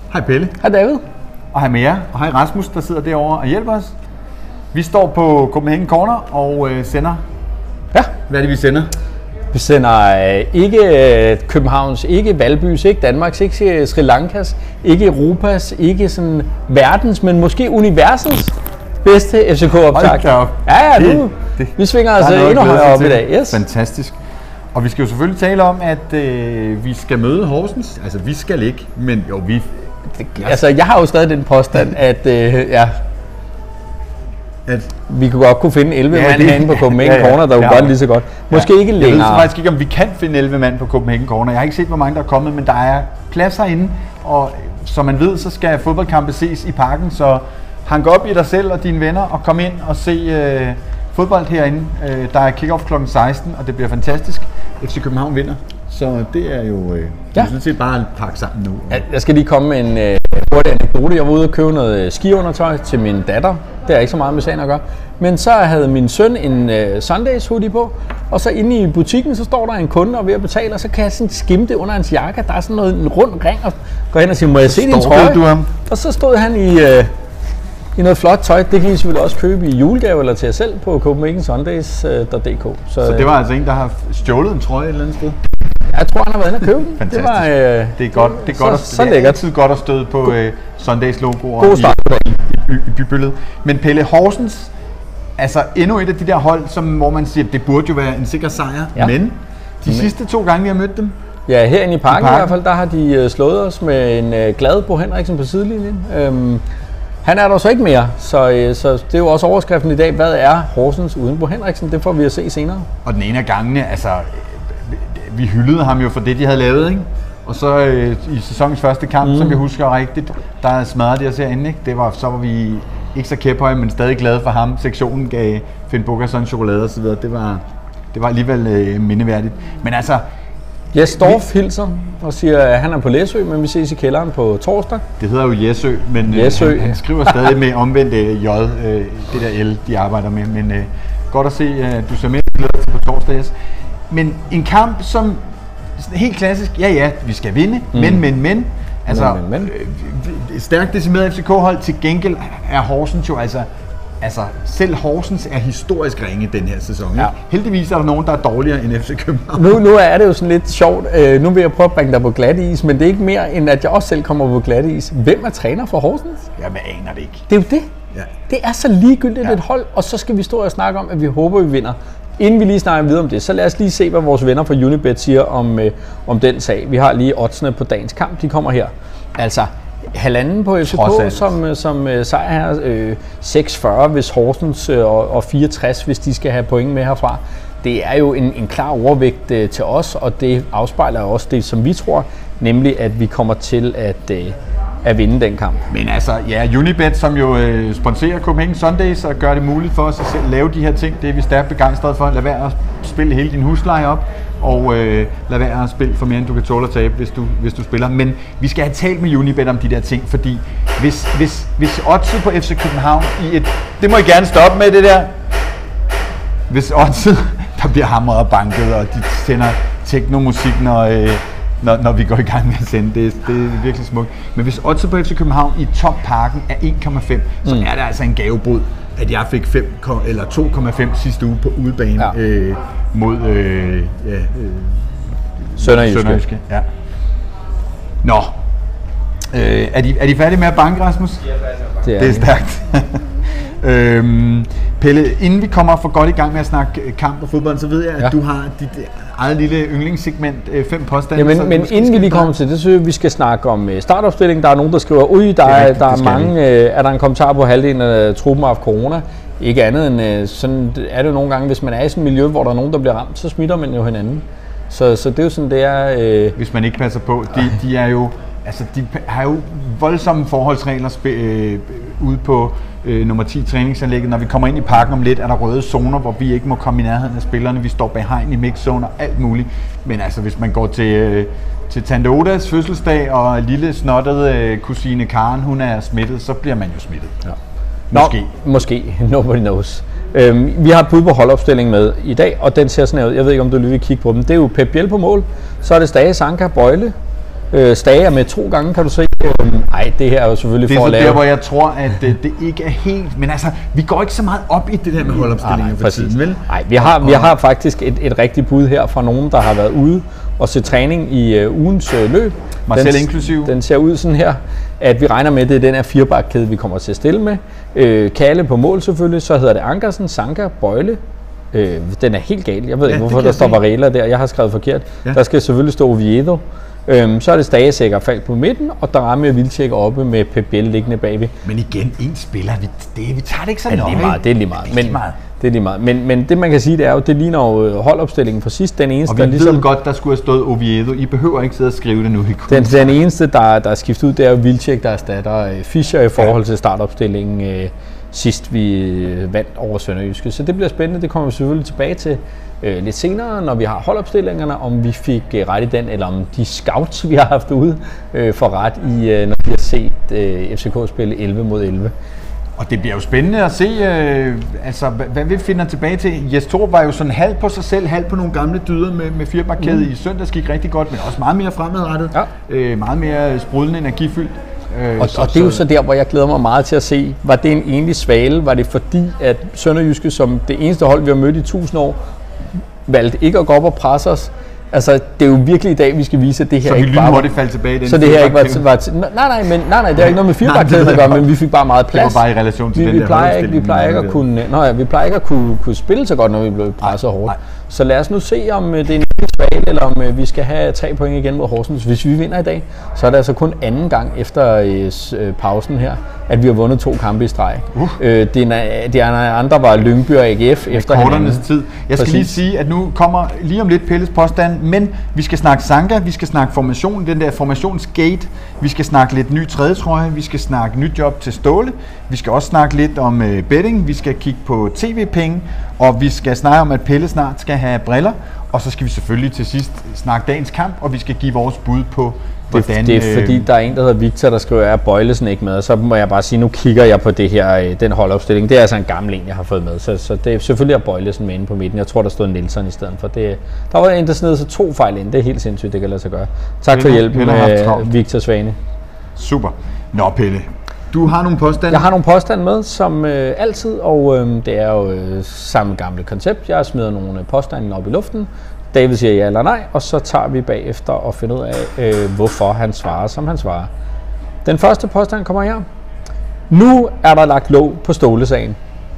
Hej Pelle. Hej David. Og hej med jer. Og hej Rasmus, der sidder derovre og hjælper os. Vi står på Copenhagen Corner og sender. Ja. Hvad er det, vi sender? Vi sender ikke Københavns, ikke Valbys, ikke Danmarks, ikke Sri Lankas, ikke Europas, ikke sådan verdens, men måske universets bedste FCK-optag. Ja, nu. Vi svinger altså endnu højere op i dag. Yes. Fantastisk. Og vi skal jo selvfølgelig tale om, at vi skal møde Horsens. Altså, vi skal ikke, men jo, vi... Altså, jeg har jo stadig den påstand, at vi kunne finde 11 mand herinde på Copenhagen Corner, der kunne godt lige så godt. Måske ikke længere. Jeg ved faktisk ikke, om vi kan finde 11 mand på Copenhagen Corner. Jeg har ikke set, hvor mange der er kommet, men der er pladser inde. Og som man ved, så skal fodboldkampe ses i parken, så hang op i dig selv og dine venner og kom ind og se fodbold herinde. Der er kick-off kl. 16, og det bliver fantastisk. FC København vinder. Så det er jo sådan set bare at pakke sammen nu. Jeg skal lige komme med en hurtig anekdote. Jeg var ude og købe noget skiundertøj til min datter. Det er ikke så meget med sagen at gøre. Men så havde min søn en Sundays hoodie på, og så inde i butikken, så står der en kunde og ved at betale, og så kan jeg sådan skimme det under hans jakke. Der er sådan noget, en rund ring, og går hen og siger, må jeg se din trøje? Du ham? Og så stod han i noget flot tøj. Det kan I selvfølgelig også købe i julegave eller til jer selv på copenhagensundays.dk. Så det var altså en, der har stjålet en trøje et eller andet sted? Jeg tror, han har været inde og købe den. Fantastisk. Det er godt. Det er godt. Så det er altid godt at støde på Sundays logoer i bybilledet. Men Pelle, Horsens, altså endnu et af de der hold, hvor man siger, det burde jo være en sikker sejr, men de sidste 2 gange, vi har mødt dem. Ja, herinde i parken i hvert fald, der har de slået os med en glad Bo Henriksen på sidelinjen. Han er der så ikke mere, så det er jo også overskriften i dag. Hvad er Horsens uden Bo Henriksen? Det får vi at se senere. Og den ene af gangene, altså, vi hyldede ham jo for det, de havde lavet, ikke? Og så i sæsonens første kamp, som jeg husker rigtigt, der smadrede de os herinde, ikke? Så var vi ikke så kæphøje, men stadig glade for ham. Sektionen gav Finn Bukka sådan chokolade og så videre. Det var alligevel mindeværdigt. Men altså... Jes Dorf hilser og siger, at han er på Læsø, men vi ses i kælderen på torsdag. Det hedder jo Jesø, men han skriver stadig med omvendt J, det der L, de arbejder med. Men godt at se, at du ser med på torsdag. Men en kamp, som helt klassisk, vi skal vinde, men. Altså, stærkt decimeret FCK-hold, til gengæld er Horsens jo altså selv Horsens er historisk ringe den her sæson. Ja. Heldigvis er der nogen, der er dårligere end FC København. Nu er det jo sådan lidt sjovt. Nu vil jeg prøve at bringe dig på glat is, men det er ikke mere, end at jeg også selv kommer på glat is. Hvem er træner for Horsens? Jamen, jeg aner det ikke. Det er jo det. Ja. Det er så ligegyldigt et hold, og så skal vi stå og snakke om, at vi håber, vi vinder. Inden vi lige snakker videre om det, så lad os lige se, hvad vores venner fra Unibet siger om den sag. Vi har lige oddsene på dagens kamp, de kommer her. Altså, 1,5 på FCK som sejr her, 6,40 hvis Horsens og 64 hvis de skal have point med herfra. Det er jo en klar overvægt til os, og det afspejler også det, som vi tror, nemlig at vi kommer til at vinde den kamp. Men altså, Unibet, som jo sponsorer Copenhagen Sundays og gør det muligt for os at selv lave de her ting, det er vi stærkt begejstrede for. Lad være at spille hele din husleje op, og lad være at spille for mere, end du kan tåle at tabe, hvis du spiller. Men vi skal have talt med Unibet om de der ting, fordi hvis oddset på FC København det må I gerne stoppe med det der. Hvis oddset, der bliver hamret og banket, og de sender technomusik, når vi går i gang med at sende. Det er virkelig smukt. Men hvis oddset på FC København i topparken er 1,5, så er det altså en gavebod, at jeg fik 2,5 sidste uge på udebane mod Sønderjyske. Ja. Nå. Er de færdige med at banke, Rasmus? Det er stærkt. Pelle, inden vi kommer for godt i gang med at snakke kamp og fodbold, så ved jeg, at du har dit eget lille yndlingssegment, 5 påstande. Ja, men inden vi lige kommer til det, så synes vi skal snakke om startopstilling. Der er nogen, der skriver, der er mange, er der en kommentar på halvdelen af truppen af corona. Ikke andet end, sådan er det jo nogle gange, hvis man er i sådan et miljø, hvor der er nogen, der bliver ramt, så smitter man jo hinanden. Så det er jo sådan, det er... Hvis man ikke passer på, de er jo... Altså, de har jo voldsomme forholdsregler ude på nummer 10 træningsanlægget. Når vi kommer ind i parken om lidt, er der røde zoner, hvor vi ikke må komme i nærheden af spillerne. Vi står bag hegn i mixzone og alt muligt. Men altså, hvis man går til Tante Odas fødselsdag, og lille snottede kusine Karen, hun er smittet, så bliver man jo smittet. Ja. Måske. Nobody knows. Vi har et bud på holdopstilling med i dag, og den ser sådan ud. Jeg ved ikke, om du lige vil kigge på dem. Det er jo Pep Biel på mål. Så er det Stage, Sanka, Bøjle, Stage er med 2 gange, kan du se. Nej, det her er jo selvfølgelig det er for at lave... Det er der, hvor jeg tror, at det ikke er helt... Men altså, vi går ikke så meget op i det der med holdopstillinger for tiden, vel? Nej, vi har faktisk et rigtigt bud her fra nogen, der har været ude og se træning i ugens løb. Mig selv inklusiv. Den ser ud sådan her, at vi regner med, at det er den her 4-bakkæde, vi kommer til at stille med. Kalle på mål selvfølgelig, så hedder det Ankersen, Sanka, Bøjle. Den er helt gal. Jeg ved ikke, hvorfor der står Varela der. Jeg har skrevet forkert. Ja. Der skal selvfølgelig stå Oviedo. Så er det Stagesæk og Falk på midten, og der rammer Vilcek oppe med Pep Biel liggende bagved. Men igen, en spiller, vi tager det ikke så nøje. Det er lige meget. Men det man kan sige, det er jo, det ligner jo holdopstillingen fra sidst. Den eneste, og vi ved ligesom, godt, der skulle have stået Oviedo. I behøver ikke sidde og skrive det nu. Den eneste, der er skiftet ud, det er jo Vilcek, der erstatter Fischer i forhold til startopstillingen sidst vi vandt over Sønderjyske. Så det bliver spændende, det kommer vi selvfølgelig tilbage til lidt senere, når vi har holdopstillingerne, om vi fik ret i den, eller om de scouts, vi har haft ude, får ret i, når vi har set FCK spille 11 mod 11. Og det bliver jo spændende at se, hvad vi finder tilbage til. Jes Torup var jo sådan halv på sig selv, halv på nogle gamle dyder med 4-bakkæde i søndags, gik rigtig godt, men også meget mere fremadrettet, meget mere sprudlende, energifyldt. Og det er jo så der, hvor jeg glæder mig meget til at se, var det en egentlig svale? Var det fordi, at Sønderjyske som det eneste hold, vi har mødt i 1000 år, valgte ikke at gå op og presse os? Altså, det er jo virkelig i dag, vi skal vise, at det her ikke bare... Så vi falde tilbage i den. Så det her ikke var nej, det er ikke noget med 4-bakkæden at gøre, men vi fik bare meget plads. Det var bare i relation til vi plejer ikke at kunne spille så godt, når vi blev presset hårdt. Så lad os nu se, om det er en svale, eller om vi skal have 3 point igen mod Horsens. Hvis vi vinder i dag, så er det altså kun anden gang efter pausen her, at vi har vundet 2 kampe i streg. De andre var Lyngby og AGF efter korternes tid. Jeg skal lige sige, at nu kommer lige om lidt Pelles påstand, men vi skal snakke Sanka, vi skal snakke formation, den der formationsgate, vi skal snakke lidt ny trædetrøje, vi skal snakke nyt job til Ståle, vi skal også snakke lidt om betting, vi skal kigge på tv-penge, og vi skal snakke om, at Pelle snart skal have briller, og så skal vi selvfølgelig til sidst snakke dagens kamp, og vi skal give vores bud på, hvordan... Det er fordi, der er en, der hedder Victor, der skriver, at Bøjlesen ikke med, og så må jeg bare sige, nu kigger jeg på det her, den holdopstilling. Det er altså en gammel en, jeg har fået med, så det er selvfølgelig er Bøjlesen med inde på midten. Jeg tror, der stod Nielsen i stedet for. Der var en, der sned sig 2 fejl ind. Det er helt sindssygt, det kan lade sig gøre. Tak for hjælpen med Victor Svane. Super. Nå, Pelle. Du har nogle påstande? Jeg har nogle påstande med, som altid, og det er jo samme gamle koncept. Jeg smider nogle påstande op i luften. David siger ja eller nej, og så tager vi bagefter og finder ud af, hvorfor han svarer, som han svarer. Den første påstand kommer her. Nu er der lagt låg på Ståle-sagen.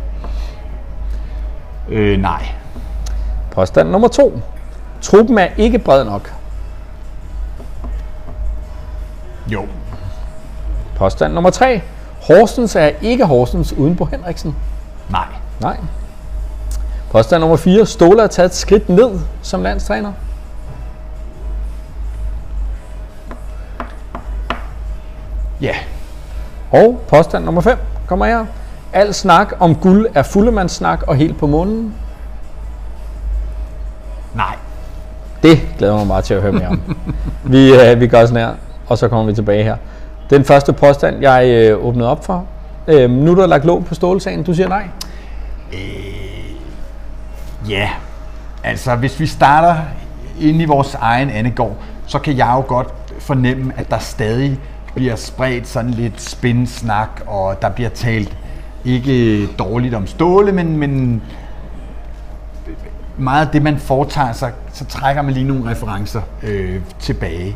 Nej. Påstand nummer 2. Truppen er ikke bred nok. Jo. Påstand nummer 3. Horsens er ikke Horsens uden Bo Henriksen. Nej. Påstand nummer 4. Ståle har taget et skridt ned som landstræner. Ja. Og påstand nummer 5 kommer her. Al snak om guld er fuldemandssnak og helt på månen. Nej. Det glæder mig meget til at høre mere om. Vi gør sådan her, og så kommer vi tilbage her. Den første påstand, jeg åbnede op for. Nu er der lagt låg på Ståle-sagen. Du siger nej? Ja. Altså, hvis vi starter inde i vores egen Annegård, så kan jeg jo godt fornemme, at der stadig bliver spredt sådan lidt spin-snak, og der bliver talt ikke dårligt om Ståle, men meget af det, man foretager sig, så trækker man lige nogle referencer tilbage.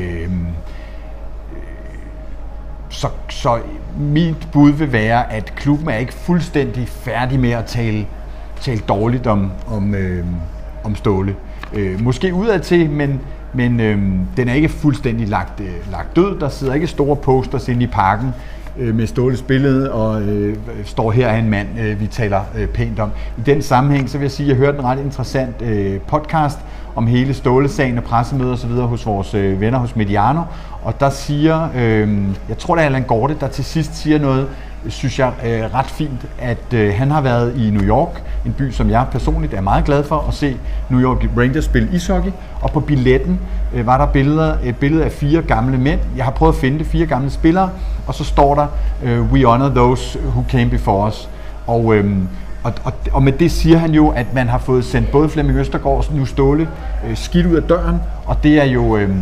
Så mit bud vil være, at klubben er ikke fuldstændig færdig med at tale dårligt om Ståle. Måske udadtil, men den er ikke fuldstændig lagt død. Der sidder ikke store posters inde i parken med Ståles billede, og står her af en mand, vi taler pænt om. I den sammenhæng, så vil jeg sige, at jeg hørte en ret interessant podcast om hele Ståle-sagen og pressemøder og så videre hos vores venner hos Mediano, og der siger, jeg tror det er Allan Gorte, der til sidst siger noget, synes jeg ret fint, at han har været i New York, en by, som jeg personligt er meget glad for at se New York Rangers spille ishockey, og på billetten var der et billede af 4 gamle mænd. Jeg har prøvet at finde det, 4 gamle spillere, og så står der, we honor those who came before us. Og med det siger han jo, at man har fået sendt både Flemming Østergaard og nu Ståle skidt ud af døren, og det er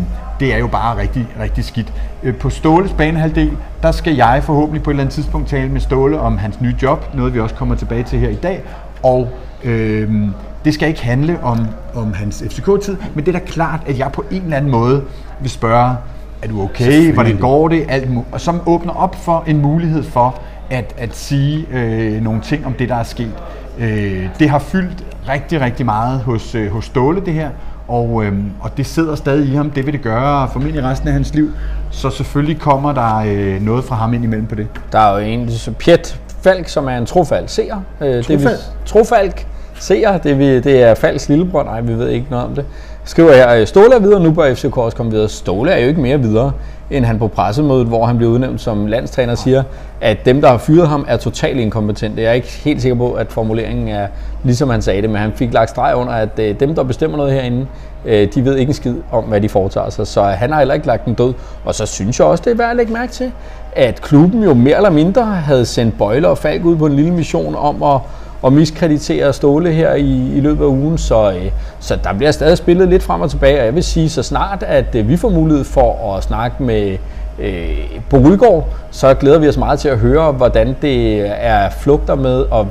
det er jo bare rigtig, rigtig skidt. På Ståles banehalvdel, der skal jeg forhåbentlig på et eller andet tidspunkt tale med Ståle om hans nye job, noget vi også kommer tilbage til her i dag, og det skal ikke handle om hans FCK-tid, men det er da klart, at jeg på en eller anden måde vil spørge, er du okay, hvordan går det, og som åbner op for en mulighed for at sige nogle ting om det, der er sket. Det har fyldt rigtig, rigtig meget hos Ståle, det her, og det sidder stadig i ham. Det vil det gøre formentlig resten af hans liv, så selvfølgelig kommer der noget fra ham ind imellem på det. Der er jo en, Pjet Falk, som er en trofalk seer. Trofalk seer, det er Falks lillebror, nej, vi ved ikke noget om det. Skriver her, Ståle er videre, nu bør FCK også komme videre. Ståle er jo ikke mere videre, end han på pressemødet, hvor han blev udnævnt som landstræner, siger, at dem, der har fyret ham, er totalt inkompetente. Jeg er ikke helt sikker på, at formuleringen er ligesom han sagde det, men han fik lagt streg under, at dem, der bestemmer noget herinde, de ved ikke en skid om, hvad de foretager sig. Så han har heller ikke lagt den død. Og så synes jeg også, det er værd at lægge mærke til, at klubben jo mere eller mindre havde sendt Bøjle og Falk ud på en lille mission om at miskreditere Ståle her i løbet af ugen, så der bliver stadig spillet lidt frem og tilbage, og jeg vil sige, så snart at vi får mulighed for at snakke med Bo Rygaard, så glæder vi os meget til at høre, hvordan det er flugter med at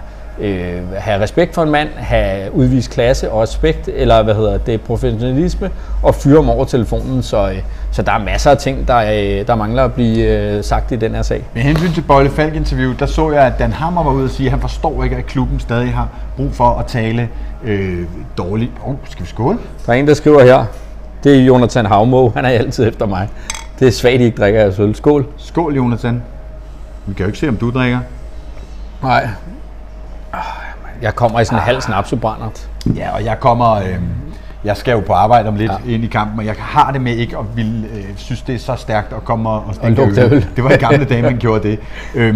have respekt for en mand, have udvist klasse og respekt, eller professionalisme, og fyre ham over telefonen, så der er masser af ting, der mangler at blive sagt i den her sag. Med hensyn til Bøjle Falk-interview, der så jeg, at Dan Hammer var ude og sige, at han forstår ikke, at klubben stadig har brug for at tale dårligt. Skal vi skåle? Der er en, der skriver her, det er Jonathan Havmo, han er altid efter mig. Det er svagt, at I ikke drikker af sølv. Skål. Skål, Jonathan. Vi kan jo ikke se, om du drikker. Nej. Jeg kommer i sådan en halv snapsebrændert. Ja, og jeg skal jo på arbejde om lidt ind i kampen, og jeg har det med ikke at ville synes, det er så stærkt at komme og stikke øl. Det var i gamle dage, man gjorde det.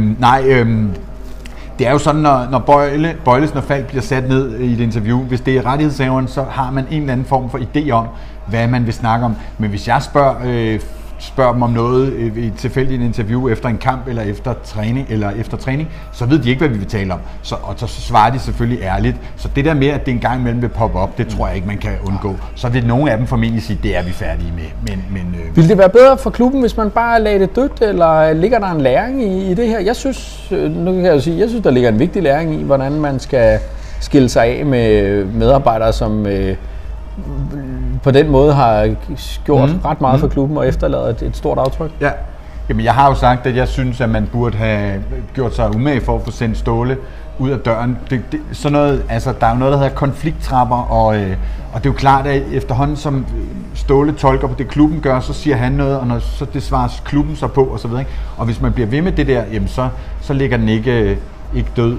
Det er jo sådan, når Bøjlesen og Falk bliver sat ned i et interview, hvis det er rettighedshaveren, så har man en eller anden form for idé om, hvad man vil snakke om. Men hvis jeg spørger dem om noget i et tilfældigt interview efter en kamp eller efter træning, så ved de ikke, hvad vi vil tale om. Og så svarer de selvfølgelig ærligt. Så det der med, at det en gang imellem vil poppe op, det tror jeg ikke, man kan undgå. Så vil nogle af dem formentlig sige, det er vi færdige med. Vil det være bedre for klubben, hvis man bare lagde det dødt, eller ligger der en læring i det her? Jeg synes, der ligger en vigtig læring i, hvordan man skal skille sig af med medarbejdere, som på den måde har gjort ret meget for klubben og efterladet et stort aftryk. Ja, jamen jeg har jo sagt, at jeg synes, at man burde have gjort sig umage for at få sendt Ståle ud af døren. Sådan noget, altså, der er jo noget, der hedder konflikttrapper, og det er jo klart, at efterhånden som Ståle tolker på det, klubben gør, så siger han noget, og så det svarer klubben så på, og så videre. Og hvis man bliver ved med det der, jamen så ligger den ikke død.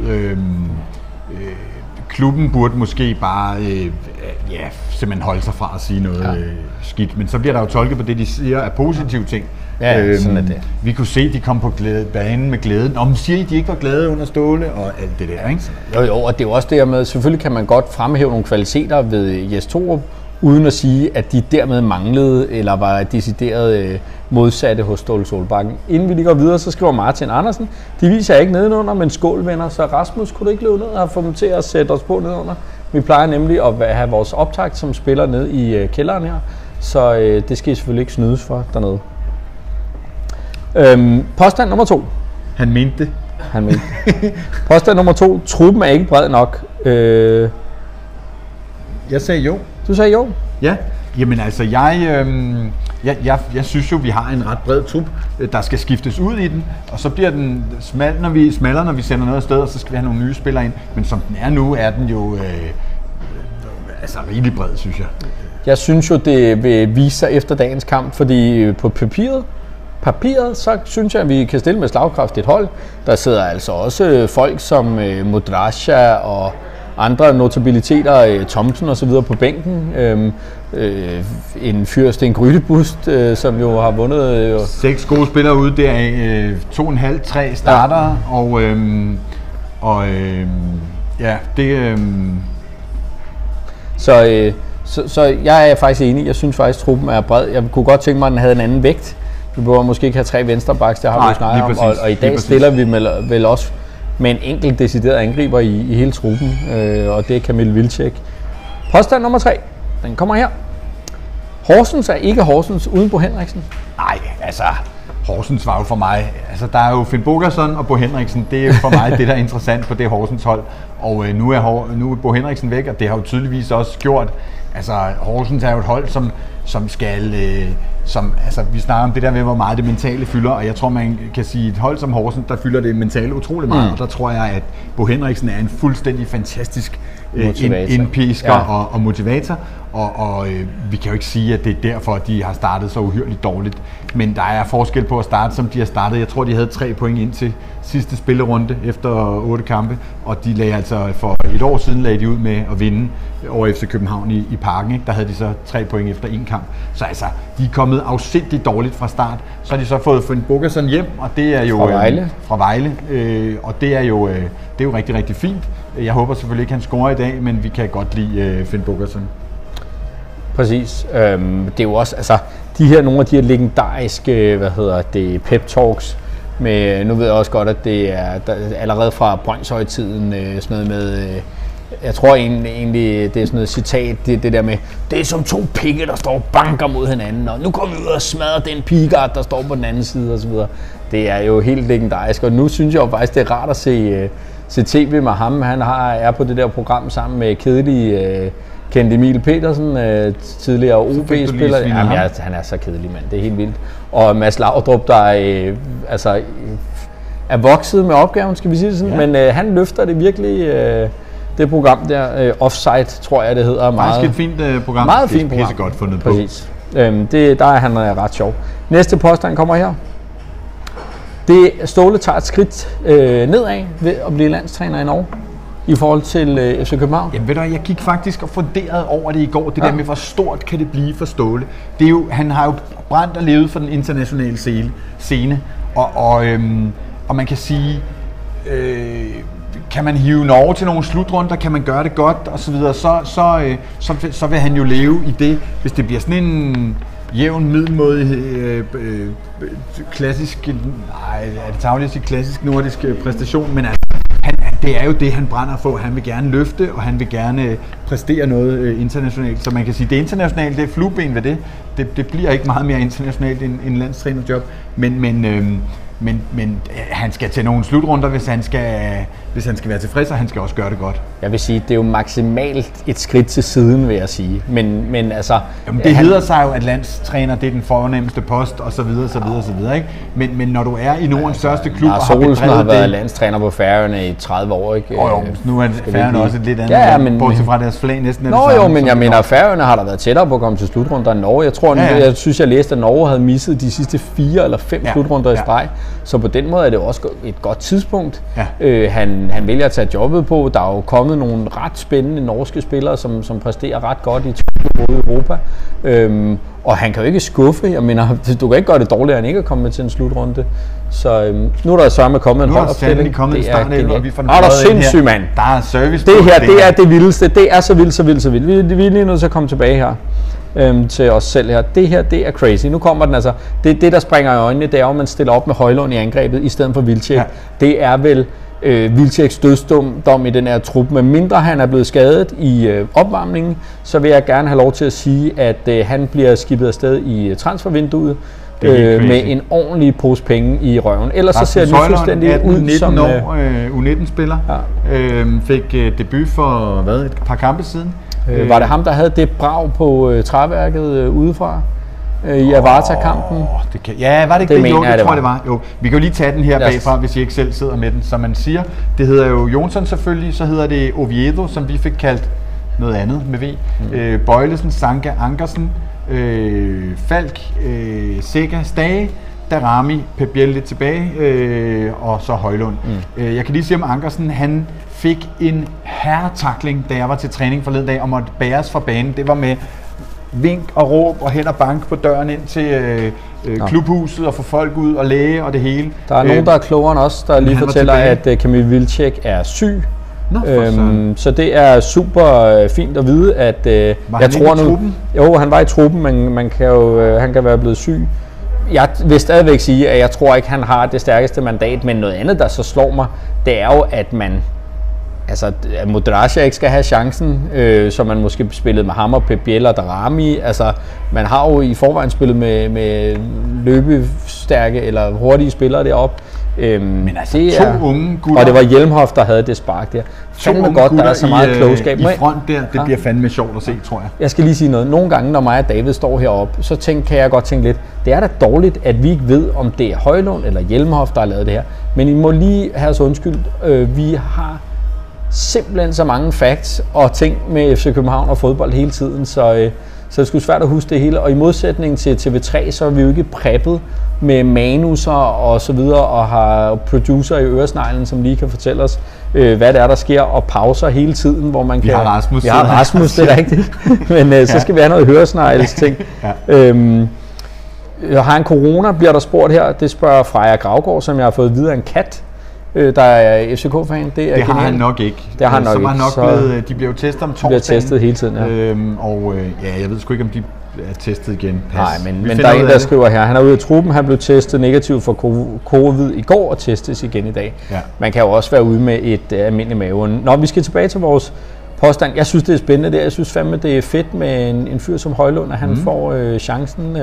Klubben burde måske bare simpelthen holde sig fra at sige noget skidt, men så bliver der jo tolket på det, de siger er positive ting. Ja, sådan er det. Vi kunne se, at de kom på banen med glæden. Og man siger, at de ikke var glade under Ståle og alt det der, ikke? Jo, og det er jo også det med, selvfølgelig kan man godt fremhæve nogle kvaliteter ved Jes Torup, uden at sige, at de dermed manglede eller var decideret modsatte hos Ståle Solbakken. Inden vi lige går videre, så skriver Martin Andersen, de viser ikke nedenunder, men skål, venner. Så Rasmus, kunne du ikke løbe ned og få dem til at sætte os på nedenunder? Vi plejer nemlig at have vores optakt, som spiller ned i kælderen her, så det skal I selvfølgelig ikke snydes for dernede. Påstand nummer 2. Han mente det. Påstand nummer 2. Truppen er ikke bred nok. Jeg sagde jo. Du sagde jo? Ja. Jamen altså, jeg synes jo, vi har en ret bred trup, der skal skiftes ud i den, og så bliver den smallere, når vi sender noget afsted, og så skal vi have nogle nye spillere ind. Men som den er nu, er den jo rigtig bred, synes jeg. Jeg synes jo, det vil vise sig efter dagens kamp, fordi på papiret, så synes jeg, at vi kan stille med slagkraft et hold. Der sidder altså også folk som Modrasja og andre notabiliteter, Thomsen og så videre på bænken. En Sten Grydebust, som jo har vundet... 6 gode spillere ude deraf, 2,5-3 starter, Så jeg er faktisk enig. Jeg synes faktisk, at truppen er bred. Jeg kunne godt tænke mig, at den havde en anden vægt. Vi burde måske ikke have 3 venstrebacks, der har vi snakket om. Og i dag stiller vi vel også med en enkelt decideret angriber i hele truppen, og det er Kamil Vilcek. Påstand nummer 3, den kommer her. Horsens er ikke Horsens uden Bo Henriksen. Nej, altså Horsens var jo for mig, altså der er jo Finn Bogason og Bo Henriksen, det er jo for mig det, der er interessant på det Horsens hold. Og nu er Bo Henriksen væk, og det har jo tydeligvis også gjort, altså Horsens er jo et hold, som skal, altså vi snakker om det der med, hvor meget det mentale fylder, og jeg tror, man kan sige, et hold som Horsens, der fylder det mentale utrolig meget, og der tror jeg, at Bo Henriksen er en fuldstændig fantastisk indpisker og motivator, og vi kan jo ikke sige, at det er derfor, at de har startet så uhyrligt dårligt, men der er forskel på at starte, som de har startet. Jeg tror, de havde 3 point ind til sidste spillerunde efter 8 kampe, og de lagde altså for et år siden lagde de ud med at vinde over FC København i Parken, ikke? Der havde de så 3 point efter 1 kamp. Så altså, de er kommet afsindigt dårligt fra start. Så har de så fået Finn Bogason hjem, og det er jo fra Vejle, og det er jo rigtig, rigtig fint. Jeg håber selvfølgelig ikke, han scorer i dag, men vi kan godt lide Finn Bogason. Præcis. Det er jo også, altså, nogle af de her legendariske, pep talks, med, nu ved jeg også godt, at det er allerede fra Brøndshøj-tiden sådan med, jeg tror egentlig, det er sådan noget citat, det der med, det er som 2 pigge, der står og banker mod hinanden, og nu kommer vi ud og smadrer den pigard, der står på den anden side osv. Det er jo helt legendarisk, og nu synes jeg jo faktisk, det er rart at se tv med ham. Han er på det der program sammen med kedelige Kent Emil Petersen, tidligere OB-spiller. Jamen, han er så kedelig, mand. Det er helt vildt. Og Mads Laudrup, der er vokset med opgaven, skal vi sige det sådan. Ja. Men han løfter det virkelig, det program der. Offside, tror jeg, det hedder. Meget et fint program. Meget fint program. Det er godt fundet på. Præcis. Der er han ret sjov. Næste påstand kommer her. Ståle tager et skridt nedad ved at blive landstræner i Norge. I forhold til FC København? Jamen ved du, jeg gik faktisk og funderede over det i går, det der med, hvor stort kan det blive for Ståle. Det er jo, han har jo brændt og levet for den internationale scene, og man kan sige, kan man hive Norge til nogle slutrunder, kan man gøre det godt osv., så vil han jo leve i det, hvis det bliver sådan en jævn, middelmådig, klassisk, er det tarveligt at sige klassisk nordisk præstation, men altså, det er jo det, han brænder for. Han vil gerne løfte, og han vil gerne præstere noget internationalt. Så man kan sige, det internationale, det er flueben ved det. Det bliver ikke meget mere internationalt end landstrænerjob, men han skal til nogle slutrunder, hvis han skal være tilfreds, og han skal også gøre det godt. Jeg vil sige, det er jo maksimalt et skridt til siden, vil jeg sige. Men altså... Jamen, det hedder sig jo, at landstræner, det er den fornemmeste post, og så videre, så videre, så videre, ikke? Men når du er i Nordens største klub, og har bedrevet har været landstræner på Færøerne i 30 år, ikke? Jo, nu er Færøerne også et lidt andet, bortset fra deres flag næsten er det samme. Jo, men jeg mener, Færøerne har der været tættere på at komme til slutrunder end Norge. Jeg synes, jeg læste, at Norge havde misset de sidste 4 eller 5 slutrunder i streg. Så på den måde er det også et godt tidspunkt. Ja. Han vælger at tage jobbet på. Der er jo kommet nogle ret spændende norske spillere, som præsterer ret godt i Europa. Og han kan jo ikke skuffe. Jeg mener, du kan ikke gøre det dårligere end ikke at komme med til en slutrunde. Så nu er der sørme kommet en holdopstilling. Det er genialt. Og der er sindssygt, mand. Der er service. Det her, det er det vildeste. Det er så vildt. Vi er lige nødt til at komme tilbage her. Til os selv her. Det her, det er crazy. Nu kommer den altså. Det der springer i øjnene, det er jo, at man stiller op med Højlund i angrebet i stedet for Wilczek. Ja. Det er vel Wilczeks dødsdom i den her trup. Men mindre han er blevet skadet i opvarmningen, så vil jeg gerne have lov til at sige, at han bliver skibet afsted i transfervinduet med en ordentlig pose penge i røven. Ellers så ser det fuldstændig ud som... U19-spiller. Ja. Fik debut for et par kampe siden. Var det ham, der havde det brag på træværket udefra i Avarta-kampen? Ja, var det ikke det? Jo, det tror jeg, det var. Jo, vi kan jo lige tage den her bagfra, hvis I ikke selv sidder med den. Som man siger, det hedder jo Jonsson selvfølgelig, så hedder det Oviedo, som vi fik kaldt noget andet med V. Bøjlesen, Sanka, Ankersen, Falk, Sega, Stage, Darami, Pep Biel lidt tilbage, og så Højlund. Jeg kan lige sige om Ankersen, han fik en herretakling, da jeg var til træning forleden dag, og måtte bæres fra banen. Det var med vink og råb og hen og bank på døren ind til klubhuset og få folk ud og læge og det hele. Der er nogen, der er klogere end os, der lige fortæller, at Kamil Wilczek er syg. Så det er super fint at vide, at jeg tror nu... Jo, han var i truppen, men han kan være blevet syg. Jeg vil stadigvæk sige, at jeg tror ikke, han har det stærkeste mandat, men noget andet, der så slår mig, det er jo, at man altså, at Modrasja ikke skal have chancen, som man måske spillede med ham og Pep Biel og Darami. Altså, man har jo i forvejen spillet med løbestærke eller hurtige spillere deroppe. Men altså, to unge gutter. Og det var Hjelmhoff, der havde det spark der. Fandme godt, der er så meget klogskab. I front der, det bliver fandme sjovt at se, tror jeg. Jeg skal lige sige noget. Nogle gange, når mig og David står heroppe, så kan jeg godt tænke lidt, det er da dårligt, at vi ikke ved, om det er Højlund eller Hjelmhoff, der har lavet det her. Men I må lige have os undskyld. Vi har simpelthen så mange facts og ting med FC København og fodbold hele tiden, så det er sgu svært at huske det hele. Og i modsætning til TV3, så er vi jo ikke preppet med manuser og så videre, og har producer i øresneglen, som lige kan fortælle os, hvad det er, der sker, og pauser hele tiden, hvor man kan... Vi har Rasmus. Vi har Rasmus, det er rigtigt. Men så skal vi have noget høresnegls ting. Har en corona, bliver der spurgt her. Det spørger Freja Gravgaard, som jeg har fået videre en kat, der er FCK-fan. Det har han nok ikke. Det har han nok ikke. Blevet, de bliver jo testet om torsdagen. De bliver testet hele tiden, ja. Jeg ved sgu ikke, om de er testet igen. Pas. Nej, men der er en, der skriver her, han er ude af truppen, han blev testet negativt for covid i går og testes igen i dag. Ja. Man kan jo også være ude med et almindeligt maven. Nå, vi skal tilbage til vores påstand. Jeg synes, det er spændende der. Jeg synes fandme, det er fedt med en fyr som Højlund, at han får chancen.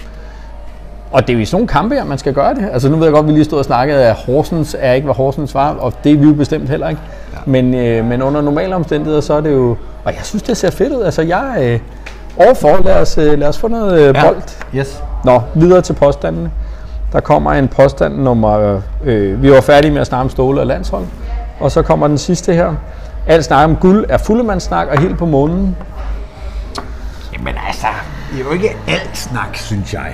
Og det er jo i sådan nogle kampe, at man skal gøre det. Altså nu ved jeg godt, at vi lige stod og snakkede, at Horsens er ikke, hvad Horsens var, og det er vi jo bestemt heller ikke. Ja. Men under normale omstændigheder, så er det jo... Og jeg synes, det ser fedt ud. Altså jeg overfor, lad os få noget bold. Yes. Nå, videre til påstandene. Der kommer en påstand nummer... vi var færdige med at snakke om Ståle og landshold. Og så kommer den sidste her. Alt snak om guld er fuldemandssnak og helt på månen. Jamen altså, det er jo ikke alt snak, synes jeg.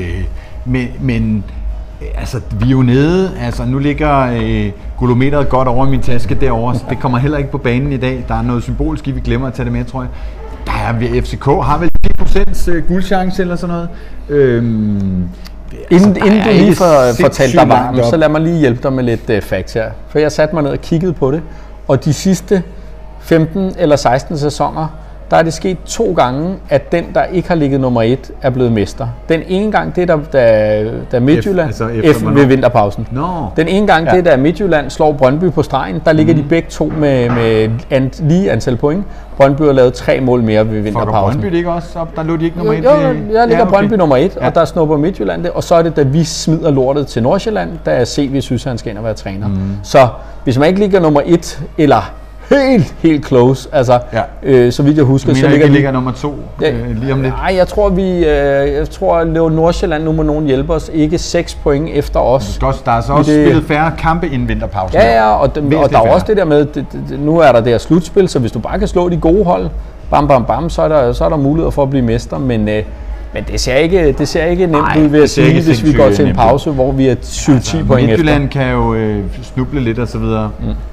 Men altså, vi er jo nede. Altså, nu ligger guldometeret godt over i min taske derovre. Så det kommer heller ikke på banen i dag. Der er noget symbolisk i, vi glemmer at tage det med, tror jeg. Der er FCK har vel 10% guldchance eller sådan noget. Inden du lige får talt dig varm, så lad mig lige hjælpe dig med lidt facts her. For jeg satte mig ned og kiggede på det, og de sidste 15 eller 16 sæsoner, der er det sket 2 gange, at den, der ikke har ligget nummer 1, er blevet mester. Den ene gang, det er da Midtjylland, F ved vinterpausen. No. Den ene gang, det er da Midtjylland slår Brøndby på stregen. Der ligger de begge to med lige antal point. Brøndby har lavet 3 mål mere ved vinterpausen. Brøndby ikke også op? Der lå de ikke nummer 1? Jo, jeg ligger Brøndby nummer 1, og der snupper Midtjylland det. Og så er det, da vi smider lortet til Nordsjælland, da CV synes, han skal ind og være træner. Så hvis man ikke ligger nummer 1, eller helt close, altså, så vidt jeg husker, så ligger nummer 2 lige om lidt. Nej, jeg tror at Nordsjælland nu må nogen hjælpe os, ikke 6 point efter os. Der er så også spillet færre kampe inden vinterpausen. Ja, og der er også det der med, nu er der det her slutspil, så hvis du bare kan slå de gode hold, bam, så er der mulighed for at blive mester, men det ser ikke nemt ud ved at sige, hvis vi går til en pause, hvor vi er 7-10 point efter. Midtjylland kan jo snuble lidt og så videre.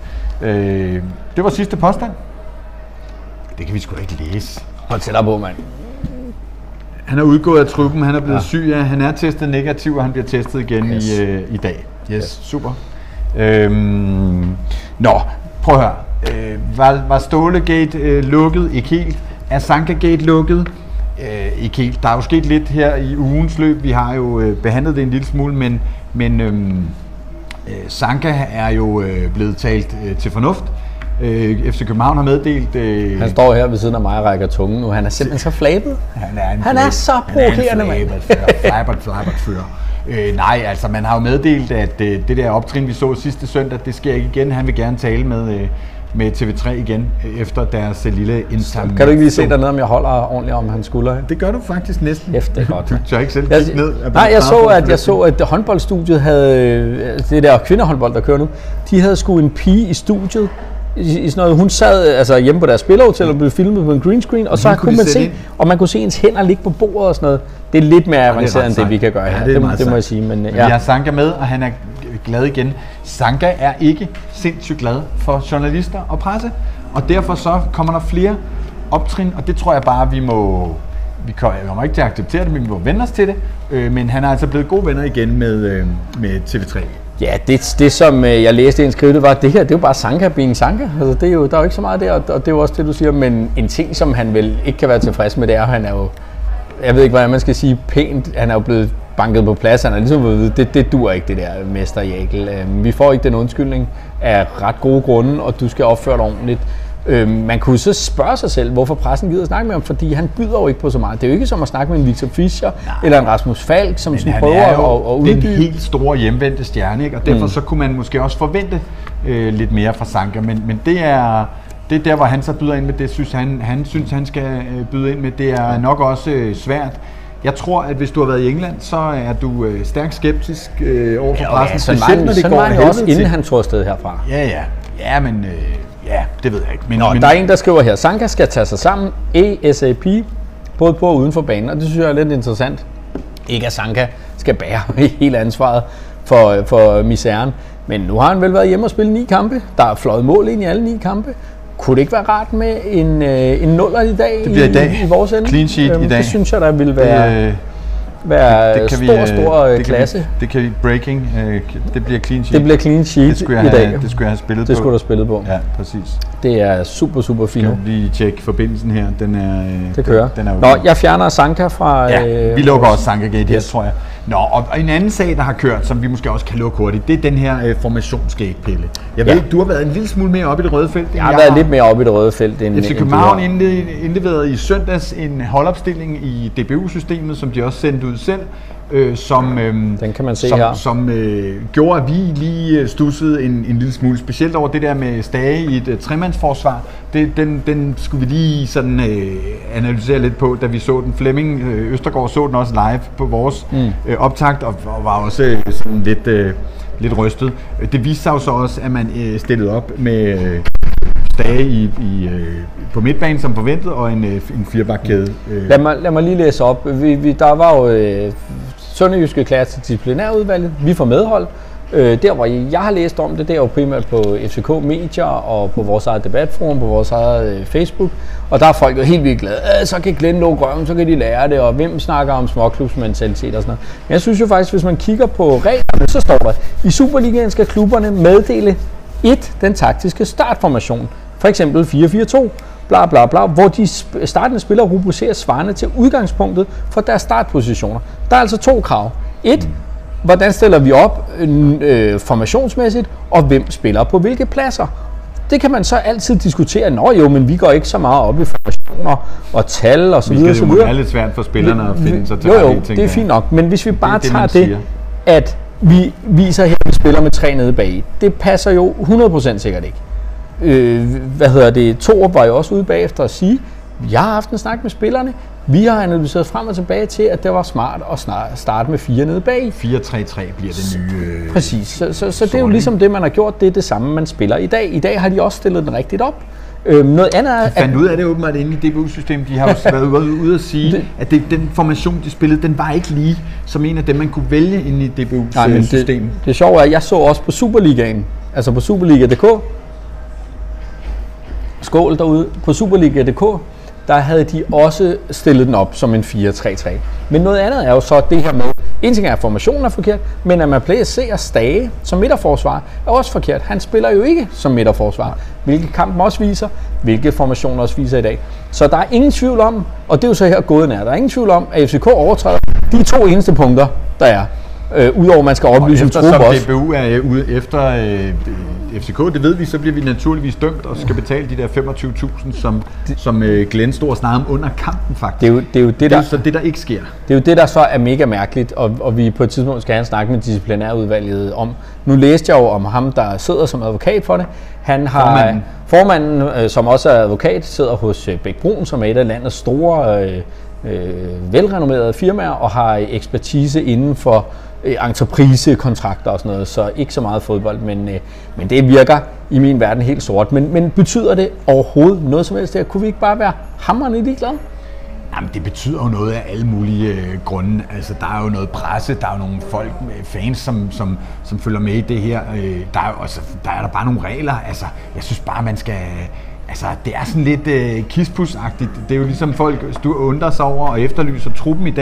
Det var sidste påstand. Det kan vi sgu da ikke læse. Hold tættere på, mand. Han er udgået af truppen, han er blevet syg, han er testet negativ, og han bliver testet igen i dag. Yes, super. Nå, prøv at høre. Var Stålegate lukket? Ikke helt. Er Sanka-gate lukket? Ikke helt. Der er jo sket lidt her i ugens løb. Vi har jo behandlet det en lille smule, men Sanka er jo blevet talt til fornuft. FC København har meddelt... Han står her ved siden af mig og rækker tungen nu. Han er simpelthen så flabet. Han er så provokerende, mand. Flabert fører. Nej, altså man har jo meddelt, at det der optrin, vi så sidste søndag, det sker ikke igen. Han vil gerne tale med TV3 igen, efter deres lille indsamling. Kan du ikke lige se dernede, om jeg holder ordentligt om hans skulder? Det gør du faktisk næsten. Det er godt. Du tør ikke selv kigge ned. Nej, jeg så, at håndboldstudiet havde, det der kvindehåndbold, der kører nu, de havde sgu en pige i studiet, i sådan noget, hun sad altså hjemme på deres spillerhotel og blev filmet på en green screen, og så kunne man se, og man kunne se hendes hænder ligge på bordet og sådan noget. Det er lidt mere avanceret end det, vi kan gøre her. Det må jeg sige. Men, vi har Sanka med, og han er glad igen. Sanka er ikke sindssygt glad for journalister og presse, og derfor så kommer der flere optrin, og det tror jeg bare, vi kommer ikke til at acceptere det, men vi må vende os til det. Men han er altså blevet gode venner igen med TV3. Ja, det som jeg læste i en skrive, det var, det her, det er jo bare Sanka being Sanka. Altså, der er jo ikke så meget der, og det er jo også det, du siger. Men en ting, som han vel ikke kan være tilfreds med, det er, at han er jo, jeg ved ikke, hvordan man skal sige, pænt. Han er jo blevet banket på plads. Han er ligesom, det dur ikke, det der mester Jäkel. Vi får ikke den undskyldning. af ret gode grunde, og du skal opføre dig ordentligt. Man kunne så spørge sig selv, hvorfor pressen gider at snakke med ham, fordi han byder jo ikke på så meget. Det er jo ikke som at snakke med en Victor Fischer eller en Rasmus Falk, som sådan prøver at uddybe. Det er en helt store hjemvendte stjerne, ikke? Og derfor så kunne man måske også forvente lidt mere fra Sanka, men det er der, hvor han så byder ind med det, han synes, han skal byde ind med. Det er nok også svært. Jeg tror, at hvis du har været i England, så er du stærkt skeptisk over for pressen. Specielt når det går helvede til. Også inden han tog afsted herfra. Ja, men det ved jeg ikke. Men der er en, der skriver her, Sanka skal tage sig sammen ASAP, både på og uden for banen, og det synes jeg er lidt interessant. Ikke at Sanka skal bære hele ansvaret for misæren, men nu har han vel været hjemme og spillet 9 kampe. Der er fløjet mål ind i alle 9 kampe. Kunne det ikke være rart med en nuller i dag, i vores ende? Clean sheet i dag. Det synes jeg, der vil være stor klasse. Det kan vi breaking. Det bliver clean sheet. Det bliver clean sheet i dag. Det skulle jeg have spillet på. Det skulle du have spillet på. Ja, præcis. Det er super fint. Skal vi lige tjekke forbindelsen her. Det kører. Den er jeg fjerner Sanka fra... Ja, vi lukker også Sanka-gate her, tror jeg. Og en anden sag, der har kørt, som vi måske også kan lukke hurtigt, det er den her formationsgate-pille. Jeg ved, du har været en lille smule mere oppe i det røde felt. Jeg har været lidt mere oppe i det røde felt end FC København indleverede i søndags en holdopstilling i DBU-systemet, som de også sendte ud selv, den kan man se her. Som gjorde, at vi lige stussede en lille smule, specielt over det der med Stage i et tremandsforsvar. Den skulle vi lige sådan analysere lidt på, da vi så den. Flemming Østergaard så den også live på vores optakt, og var også sådan lidt rystet. Det viste sig jo så også, at man stillede op med Stage på midtbanen som forventet, og en firebakkæde. Lad mig lige læse op. Der var jo Sønderjyske klar til disciplinærudvalget. Vi får medhold. Der, hvor jeg har læst om det, det er jo primært på FCK Medier og på vores eget debatforum, på vores eget Facebook. Og der er folk jo helt vildt glade. Så kan Glenn lukke røven, så kan de lære det, og hvem snakker om småklubsmentalitet og sådan noget. Men jeg synes jo faktisk, hvis man kigger på reglerne, så står der, i Superligaen skal klubberne meddele den taktiske startformation. For eksempel 4-4-2, bla bla bla, hvor de startende spillere rubriceres svarende til udgangspunktet for deres startpositioner. Der er altså 2 krav. 1. Hvordan stiller vi op formationsmæssigt, og hvem spiller på hvilke pladser? Det kan man så altid diskutere. Men vi går ikke så meget op i formationer og tal og så videre. Det er lidt svært for spillerne at finde sig til ting. Det er fint nok, men hvis vi bare tager det, at vi viser her, at vi spiller med 3 nede bag, det passer jo 100% sikkert ikke. Torup var jo også ude bagefter at sige, jeg har haft en snak med spillerne, vi har analyseret frem og tilbage til, at det var smart at starte med 4 nede bag. 4-3-3 bliver det nye. Præcis, så det er jo ligesom det, man har gjort, det er det samme, man spiller i dag. I dag har de også stillet den rigtigt op. Noget andet er... Jeg fandt ud af det åbenbart inde i DBU-systemet. De har også været ude at sige, at den formation, de spillede, den var ikke lige som en af dem, man kunne vælge inde i DBU-systemet. Det sjove er, at jeg så også på Superligaen, altså på Superliga.dk, skål derude, på Superliga.dk, der havde de også stillet den op som en 4-3-3. Men noget andet er jo så det her med, en ting er, at formationen er forkert, men at man placerer Stage som midterforsvar er også forkert. Han spiller jo ikke som midterforsvar, hvilket kampen også viser, hvilke formationer også viser i dag. Så der er ingen tvivl om, og det er jo så her gåden er, der er ingen tvivl om, at FCK overtræder de 2 eneste punkter, der er. Udover man skal oplyse en trup også. DBU er ude efter FCK, det ved vi, så bliver vi naturligvis dømt og skal betale de der 25.000, som Glenn stod og snakkede om under kampen faktisk. Det er jo det, så det, der ikke sker. Det er jo det, der så er mega mærkeligt, og vi på et tidspunkt skal have en snak med disciplinærudvalget om. Nu læste jeg jo om ham, der sidder som advokat for det. Han har formanden, som også er advokat, sidder hos Bæk Brun, som er et af landets store velrenommerede firmaer og har ekspertise inden for entreprisekontrakter og sådan noget, så ikke så meget fodbold, men det virker i min verden helt sort. Men betyder det overhovedet noget som helst der? Kunne vi ikke bare være hamrende ligeglade? Jamen, det betyder jo noget af alle mulige grunde. Altså, der er jo noget presse, der er jo nogle folk, fans, som følger med i det her. Der er der bare nogle regler. Altså, jeg synes bare, man skal... Altså, det er sådan lidt kispus-agtigt. Det er jo ligesom folk undrer sig over og efterlyser truppen i dag.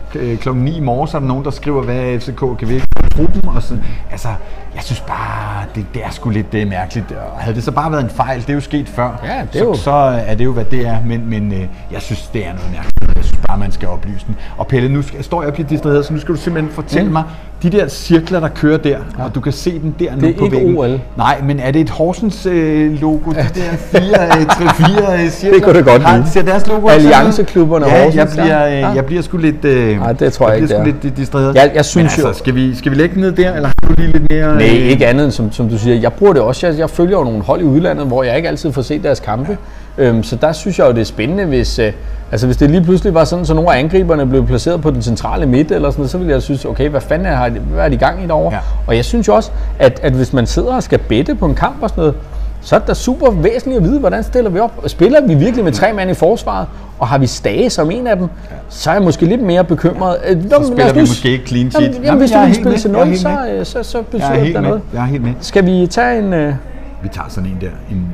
klokken 9 i morges, er der nogen, der skriver, hvad FCK kan virkelig gruppen, og så, altså, jeg synes bare, det er sgu lidt mærkeligt. Havde det så bare været en fejl, det er jo sket før, så er det jo, hvad det er, men jeg synes, det er noget mærkeligt. Jeg synes bare, man skal oplyse den. Og Pelle, nu står jeg og bliver distraheret, så nu skal du simpelthen fortælle mig, de der cirkler, der kører der, og du kan se den der nu på væggen. Det er ikke OL. Nej, men er det et Horsens logo? De der 3-4 cirkler? Det kunne det godt lide. Ser deres logo? Allianceklubberne Horsens. Jeg bliver sgu lidt, det tror jeg ikke, lidt distraheret. Jeg synes men altså, skal vi lægge ned der, eller har du lige lidt mere? Nej, ikke andet, som du siger. Jeg bruger det også. Jeg følger jo nogle hold i udlandet, hvor jeg ikke altid får set deres kampe. Så der synes jeg jo, det er spændende, hvis det lige pludselig var sådan, så nogle af angriberne blev placeret på den centrale midt, eller sådan noget, så ville jeg synes, okay, hvad fanden hvad er de gang i derovre? Ja. Og jeg synes jo også, at hvis man sidder og skal bette på en kamp og sådan noget, så er det da super væsentligt at vide, hvordan stiller vi op. Spiller vi virkelig med 3 mand i forsvaret, og har vi Stage som en af dem, så er jeg måske lidt mere bekymret. Så spiller vi måske ikke clean sheet. Jamen, hvis du vil spille til 0, så betyder det noget. Jeg er helt med. Skal vi tage en... Vi tager sådan en der.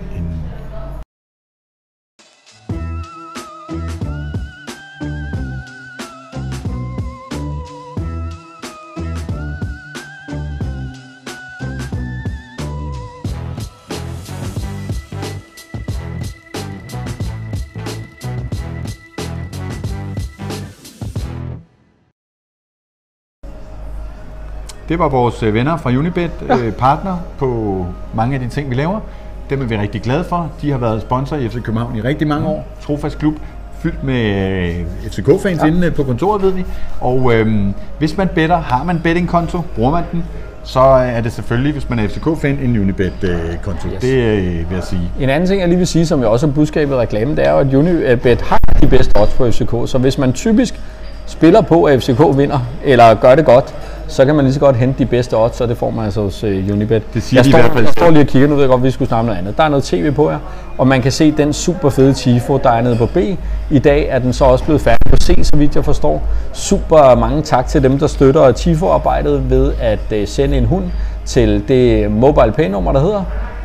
Det var vores venner fra Unibet, partner på mange af de ting, vi laver. Dem er vi rigtig glade for. De har været sponsor i FC København i rigtig mange år. Trofast klub, fyldt med FCK-fans inde på kontoret, ved vi. Og hvis man better, har man bettingkonto, bruger man den, så er det selvfølgelig, hvis man er FCK-fan, en Unibet-konto. Yes. Det vil jeg sige. En anden ting, jeg lige vil sige, som jeg også har budskabet i reklamen, det er jo, at Unibet har de bedste odds på FCK. Så hvis man typisk spiller på, at FCK vinder, eller gør det godt, så kan man lige så godt hente de bedste odds, og det får man altså hos Unibet. Det siger jeg står lige og kigger, nu ved jeg godt, vi skulle snakke noget andet. Der er noget tv på her, og man kan se den super fede Tifo, der er nede på B. I dag er den så også blevet færdig på C, så vidt jeg forstår. Super mange tak til dem, der støtter Tifo-arbejdet ved at sende en hund til det mobile pay-nummer, der hedder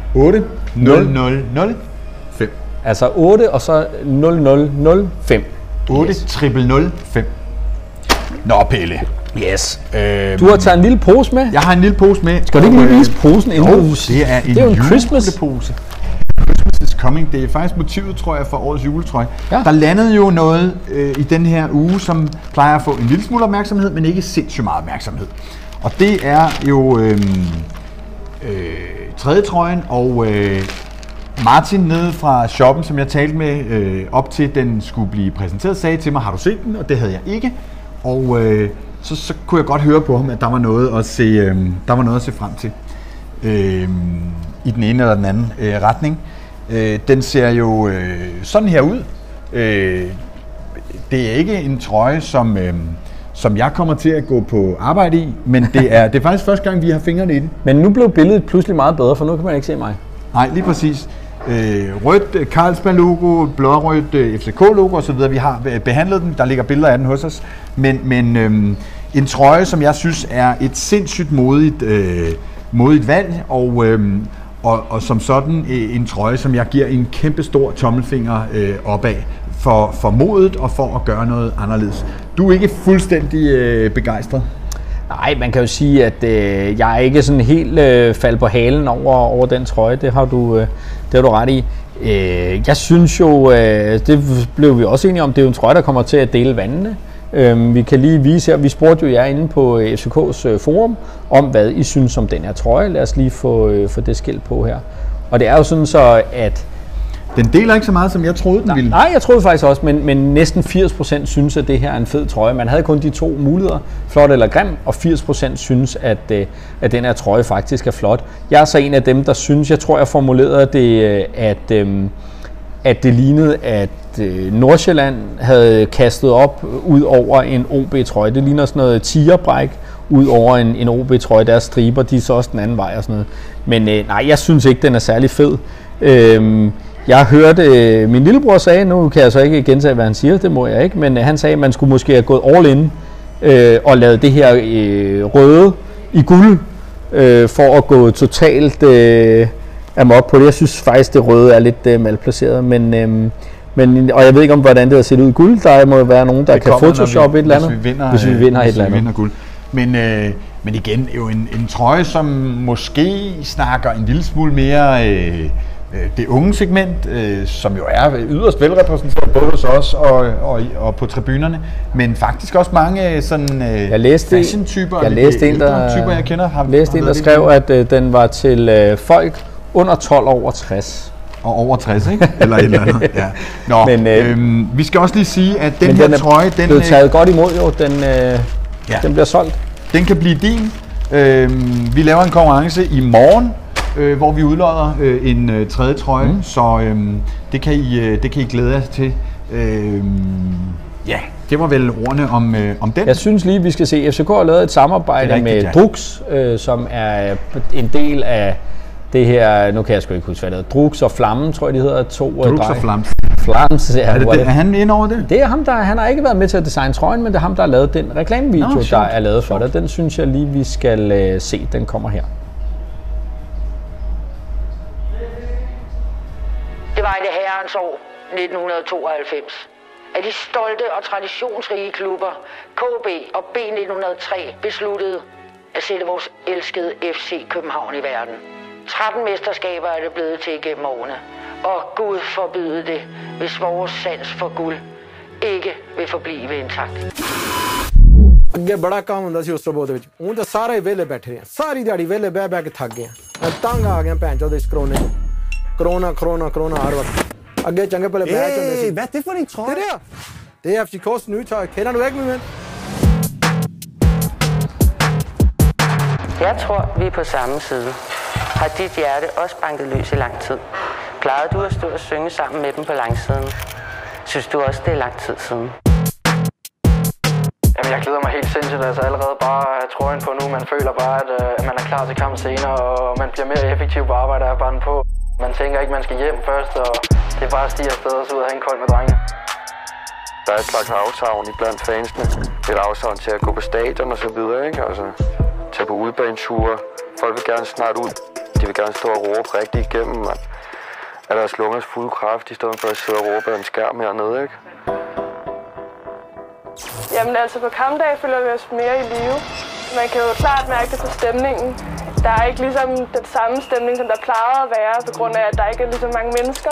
80005. Altså 8 og så 0005. 80005. Nå, Pelle. Yes. Du har taget en lille pose med. Jeg har en lille pose med. Skal du ikke lige vise posen inden du... Det er en julepose. Christmas is coming. Det er faktisk motivet, tror jeg, for årets juletrøje. Ja. Der landede jo noget i den her uge, som plejer at få en lille smule opmærksomhed, men ikke sindssygt meget opmærksomhed. Og det er jo tredje trøjen, og Martin nede fra shoppen, som jeg talte med op til den skulle blive præsenteret, sagde til mig, har du set den? Og det havde jeg ikke. Og så kunne jeg godt høre på ham, at der var noget at se frem til i den ene eller den anden retning. Den ser jo sådan her ud. Det er ikke en trøje, som jeg kommer til at gå på arbejde i, men det er faktisk første gang, vi har fingrene i den. Men nu blev billedet pludselig meget bedre, for nu kan man ikke se mig. Nej, lige præcis. Rødt Carlsberg-logo, blårødt FCK-logo osv. Vi har behandlet den, der ligger billeder af den hos os. Men en trøje, som jeg synes er et sindssygt modigt valg, og som sådan en trøje, som jeg giver en kæmpe stor tommelfinger opad for modet og for at gøre noget anderledes. Du er ikke fuldstændig begejstret? Nej, man kan jo sige, at jeg er ikke sådan helt faldt på halen over den trøje. Det har du ret i. Jeg synes jo, det blev vi også enige om, det er jo en trøje, der kommer til at dele vandene. Vi kan lige vise her, vi spurgte jo jer inde på FCK's forum, om hvad I synes om den her trøje. Lad os lige få det skilt på her. Og det er jo sådan så, at den deler ikke så meget, som jeg troede, den ville. Nej, jeg troede faktisk også, men næsten 80% synes, at det her er en fed trøje. Man havde kun de to muligheder, flot eller grim, og 80% synes, at den her trøje faktisk er flot. Jeg er så en af dem, der synes, jeg tror, jeg formulerede det, at det lignede, at Nordsjælland havde kastet op ud over en OB-trøje. Det ligner sådan noget tigerbræk ud over en OB-trøje. Deres striber, de er så også den anden vej og sådan noget. Men nej, jeg synes ikke, den er særlig fed. Jeg hørte, min lillebror sagde, nu kan jeg så ikke gentage, hvad han siger, det må jeg ikke, men han sagde, at man skulle måske have gået all in og lavet det her røde i guld, for at gå totalt amok på det. Jeg synes faktisk, det røde er lidt malplaceret, Og jeg ved ikke om, hvordan det har set ud i guld. Der må være nogen, der kan photoshoppe et eller andet, hvis vi vinder et eller andet. Guld. Men igen, jo en trøje, som måske snakker en lille smule mere det unge segment, som jo er yderst velrepræsenteret både hos os og på tribunerne, men faktisk også mange sådan fashion-typer, typer, jeg kender. Læste en, der skrev, at den var til folk under 12 over 60. Og over 60, ikke? Eller et eller andet. Ja. Nå, men, vi skal også lige sige, at den her trøje... Den blev taget godt imod, jo. Den bliver solgt. Den kan blive din. Vi laver en konkurrence i morgen, hvor vi udlodder en tredje trøje, så det kan I glæde jer til. Ja, det var vel ordene om den. Jeg synes lige, vi skal se, FCK har lavet et samarbejde med Drux, som er en del af det her, nu kan jeg sgu ikke huske, hvad det hedder, Drux og Flammen, tror jeg, de hedder, Drux og Flammen. Flams, ja. Er han inde over det? Det er ham, han har ikke været med til at designe trøjen, men det er ham, der har lavet den reklamevideo, der er lavet for det. Den synes jeg lige, vi skal se. Den kommer her. Det var i det herrens år 1992, at de stolte og traditionsrige klubber KB og B1903 besluttede at sætte vores elskede FC København i verden. 13 mesterskaber er det blevet til igennem årene, og Gud forbyde det, hvis vores sans for guld ikke vil forblive intakt. ਅੱਗੇ ਬੜਾ ਕੰਮ ਹੁੰਦਾ ਸੀ ਉਸ ਰੋਬੋ ਦੇ ਵਿੱਚ ਹੁਣ ਤਾਂ ਸਾਰੇ ਵਿਹਲੇ ਬੈਠੇ ਆ ਸਾਰੀ ਦਿਹਾੜੀ ਵਿਹਲੇ ਬਹਿ ਬਹਿ ਕੇ ਥੱਕ ਗਏ ਆ ਤੰਗ ਆ ਗਏ ਭੈਣ ਚੋਦ ਇਸ ਕਰੋਨਾ ਹਰ ਵਕਤ ਅੱਗੇ ਚੰਗੇ ਭਲੇ ਮੈਚ ਹੁੰਦੇ ਸੀ hvad det for en trøje det er FCK's nye tøj kender du ikke min ven Jeg tror vi er på samme side. Har dit hjerte også banket løs i lang tid? Plejede du at stå og synge sammen med dem på langsiden? Synes du også det er lang tid siden? Jamen, jeg glæder mig helt sindssygt, altså allerede bare at trøjen på nu. Man føler bare, at man er klar til kampen senere, og man bliver mere effektiv på arbejde af banden på. Man tænker ikke, man skal hjem først, og det er bare at stige afsted og så ud og have en kold med drengene. Der er et slags afsavn i blandt fansene. Et afsavn til at gå på stadion og så videre, ikke? Altså, tage på udbaneture. Folk vil gerne snart ud. De vil gerne stå og råbe rigtig igennem, at deres lungers fulde kraft, i stedet for at sidde og råbe af en skærm hernede, ikke? Jamen altså på kampdag føler vi os mere i live. Man kan jo klart mærke det på stemningen. Der er ikke ligesom den samme stemning, som der plejede at være, på grund af, at der ikke er lige så mange mennesker.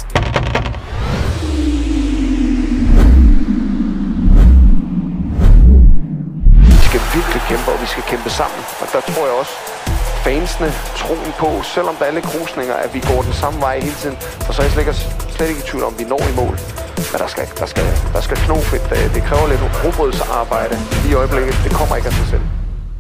Vi skal virkelig kæmpe, og vi skal kæmpe sammen. Og der tror jeg også, fansene troen på, selvom der er lidt krusninger, at vi går den samme vej hele tiden. Og så er jeg slet ikke i tvivl om, at vi når i mål. Men der skal knofedt. Det kræver lidt robrødsarbejde i øjeblikket. Det kommer ikke af sig selv.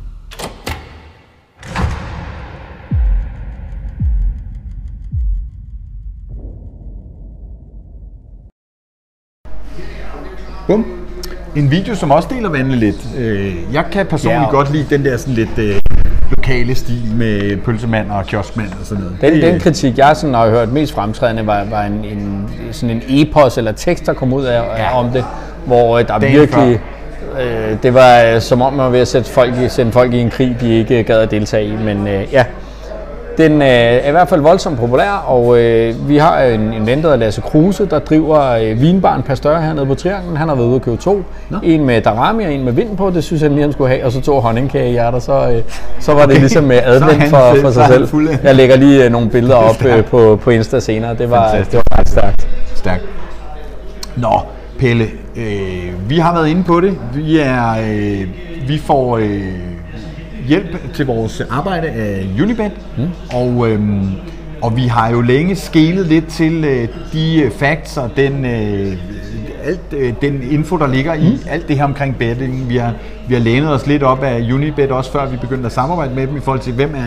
Bum. En video, som også deler vandene lidt. Jeg kan personligt godt lide den der sådan lidt lokale stil med pølsemand og kioskmand og sådan noget. Den kritik, jeg sådan har hørt mest fremtrædende, var sådan en epos eller tekst, der kom ud af om det, hvor der virkelig... det var som om man var ved at sende folk i en krig, de ikke gad at deltage i, men den er i hvert fald voldsomt populær, og vi har en ven, der hedder Lasse Kruse, der driver Vinbaren Pasteur hernede på Trianglen. Han har været ude at købe 2. En med darami og en med vind på, det synes han lige, han skulle have, og så 2 honningkagehjerter, så var det ligesom med advent for sig selv. Jeg lægger lige nogle billeder op på Insta senere, det var ret stærkt. Nå, Pelle, vi har været inde på det. Vi får hjælp til vores arbejde af Unibet, og vi har jo længe skelet lidt til de facts og den info, der ligger i alt det her omkring betting. Vi har lænet os lidt op af Unibet også før vi begyndte at samarbejde med dem i forhold til hvem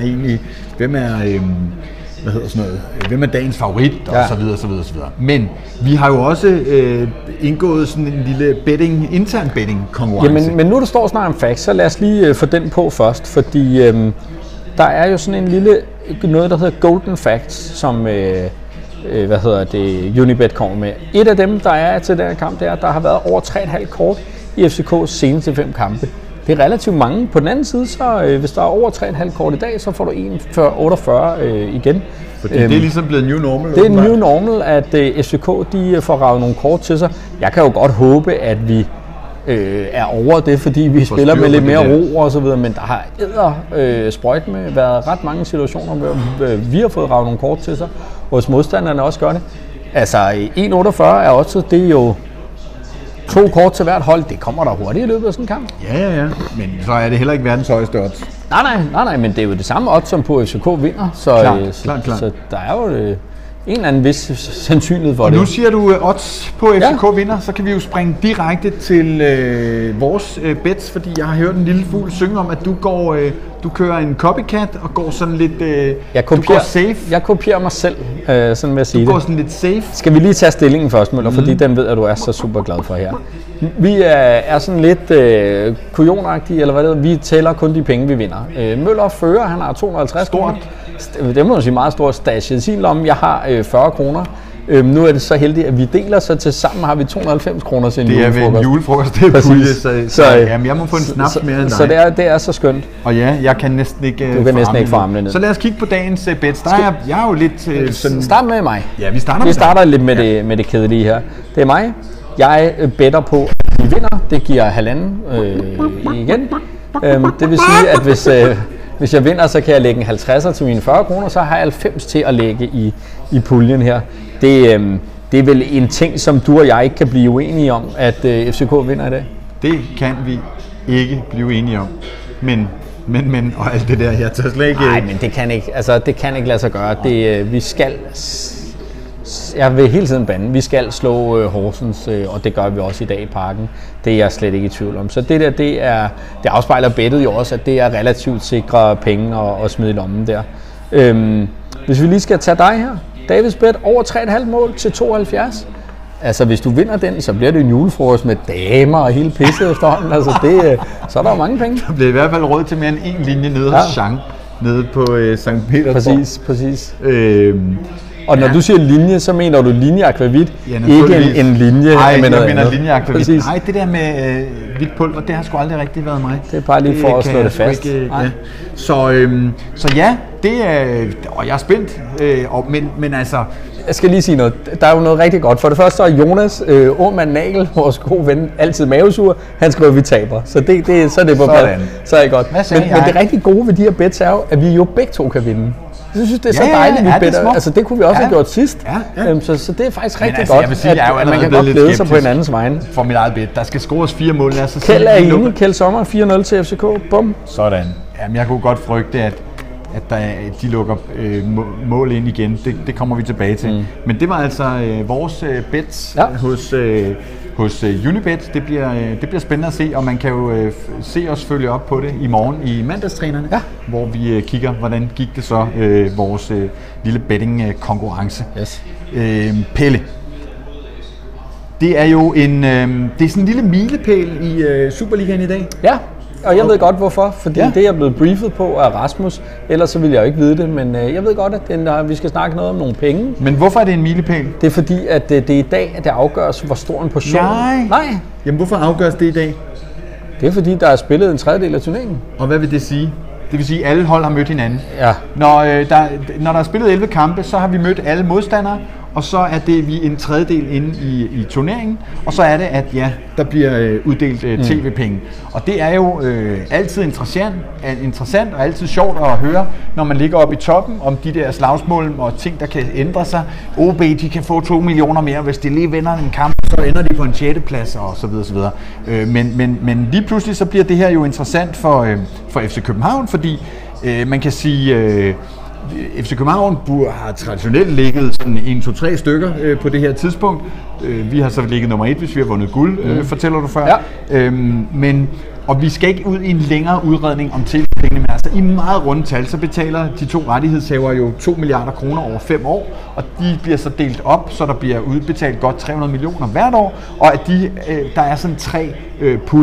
er dagens favorit og så videre. Men vi har jo også indgået sådan en lille intern betting konkurrence. Jamen, men nu der står snart om facts, så lad os lige få den på først, fordi der er jo sådan en lille noget, der hedder Golden Facts, som Unibet kommer med. Et af dem, der er til den her kamp, det er, at der har været over 3,5 kort i FCK's seneste 5 kampe. Det er relativt mange. På den anden side, så hvis der er over 3,5 kort i dag, så får du 1,48 igen. Fordi det er ligesom blevet new normal. Det er new normal, at FCK de får ravet nogle kort til sig. Jeg kan jo godt håbe, at vi er over det, fordi vi spiller med lidt mere ro og så videre, men der har sprøjt med været ret mange situationer, hvor vi har fået ravet nogle kort til sig, hos modstanderne også gør det. Altså 1,48 er også, det er jo 2 kort til hvert hold, det kommer der hurtigt i løbet af sådan en kamp. Ja, men så er det heller ikke verdens højeste odds. Nej, men det er jo det samme odds, som på FCK vinder, så der er jo en eller anden vis sandsynlighed for og det. Nu siger du odds på FCK vinder, så kan vi jo springe direkte til vores bets, fordi jeg har hørt en lille fugl synge om, at du kører en copycat og går sådan lidt du går safe. Jeg kopierer mig selv, sådan med at sige det. Du går sådan lidt safe. Skal vi lige tage stillingen først, Møller, fordi den ved jeg, du er så super glad for her. Vi er sådan lidt kujonagtige, eller hvad det er. Vi tæller kun de penge, vi vinder. Møller fører, han har 250 stort. Det må man sige meget stort stash i sin lomme. Jeg har 40 kroner. Nu er det så heldigt, at vi deler, så til sammen har vi 290 kroner til en julefrokost. Det er ved en julefrokost, det er pulje, så jamen, jeg må få en snaps mere end dig. Så det er så skønt. Og ja, jeg kan næsten ikke Du kan næsten ikke få armene ned. Så lad os kigge på dagens bets. Jeg er jo lidt sådan... Start med mig. Ja, vi starter lidt med det kedelige her. Det er mig. Jeg better på, at vi vinder. Det giver 1,5 igen. Det vil sige, at hvis jeg vinder, så kan jeg lægge en 50'er til mine 40 kroner, så har jeg 90 til at lægge i puljen her. Det er vel en ting, som du og jeg ikke kan blive uenige om, at FCK vinder i dag? Det kan vi ikke blive enige om. Men og alt det der, jeg tager slet ikke... Nej, men det kan ikke, det kan ikke lade sig gøre. Vi skal... Jeg vil hele tiden bande. Vi skal slå Horsens, og det gør vi også i dag i Parken. Det er jeg slet ikke i tvivl om. Så det der, det afspejler bettet jo også, at det er relativt sikre penge at smide i lommen der. Hvis vi lige skal tage dig her. Davids bet over 3,5 mål til 72. Altså, hvis du vinder den, så bliver det en julefrokost med damer og hele pisset efterhånden. Altså, så er der jo mange penge. Der bliver i hvert fald råd til mere end en linje nede hos Jean, nede på Sankt Petersborg. Præcis. Og når du siger linje, så mener du linjeakvavit, ikke en linje. Nej, jeg mener linjeakvavit. Nej, det der med hvidt pulver, det har sgu aldrig rigtig været mig. Det er bare lige for at slå det fast. Ikke, ja. Så ja, det er... Og jeg er spændt, men altså... Jeg skal lige sige noget. Der er jo noget rigtig godt. For det første så er Jonas Åmand Nagel, vores gode ven, altid mavesur. Han skriver, at vi taber. Så det på plads. Så er det godt. Men det rigtig gode ved de her bets er jo, at vi jo begge to kan vinde. Jeg synes, det er så dejligt, vi better. Altså, det kunne vi også have gjort sidst. Ja. Så det er faktisk rigtig godt, at man kan godt glæde sig på hinandens vegne. For mit eget bet. Der skal scores 4 mål. Kjeld er enig. Kjeld Sommer 4-0 til FCK. Bum. Sådan. Jamen, jeg kunne godt frygte, at de lukker mål ind igen. Det kommer vi tilbage til. Men det var altså vores bets hos Unibet. Det bliver spændende at se, og man kan jo se os følge op på det i morgen i mandagstrænerne, hvor vi kigger, hvordan gik det så vores lille betting-konkurrence. Yes. Pelle, det er jo det er sådan en lille milepæl i Superligaen i dag. Ja. Og jeg ved godt hvorfor, fordi det er blevet briefet på af Rasmus, ellers så ville jeg jo ikke vide det, men jeg ved godt, at vi skal snakke noget om nogle penge. Men hvorfor er det en milepæl? Det er fordi, at det er i dag, at det afgøres, hvor stor en portion. Nej. Jamen hvorfor afgøres det i dag? Det er fordi, der er spillet en tredjedel af turneringen. Og hvad vil det sige? Det vil sige, at alle hold har mødt hinanden. Ja. Når der er spillet 11 kampe, så har vi mødt alle modstandere, og så er det vi en tredjedel inde i turneringen, og så er det, at der bliver uddelt tv-penge. Og det er jo altid interessant og altid sjovt at høre, når man ligger oppe i toppen, om de der slagsmål og ting, der kan ændre sig. OB, de kan få 2 millioner mere, hvis de lige vinder en kamp, så ender de på en 6. plads og så videre, så videre. Men lige pludselig så bliver det her jo interessant for FC København, fordi man kan sige... FC København har traditionelt ligget sådan 1-2-3 stykker på det her tidspunkt. Vi har så ligget nummer 1, hvis vi har vundet guld, fortæller du før. Ja. Og vi skal ikke ud i en længere udredning om tv-pengene, men altså i meget runde tal, så betaler de 2 rettighedshavere jo 2 milliarder kroner over 5 år, og de bliver så delt op, så der bliver udbetalt godt 300 millioner hvert år, og at der er sådan 3 puljer,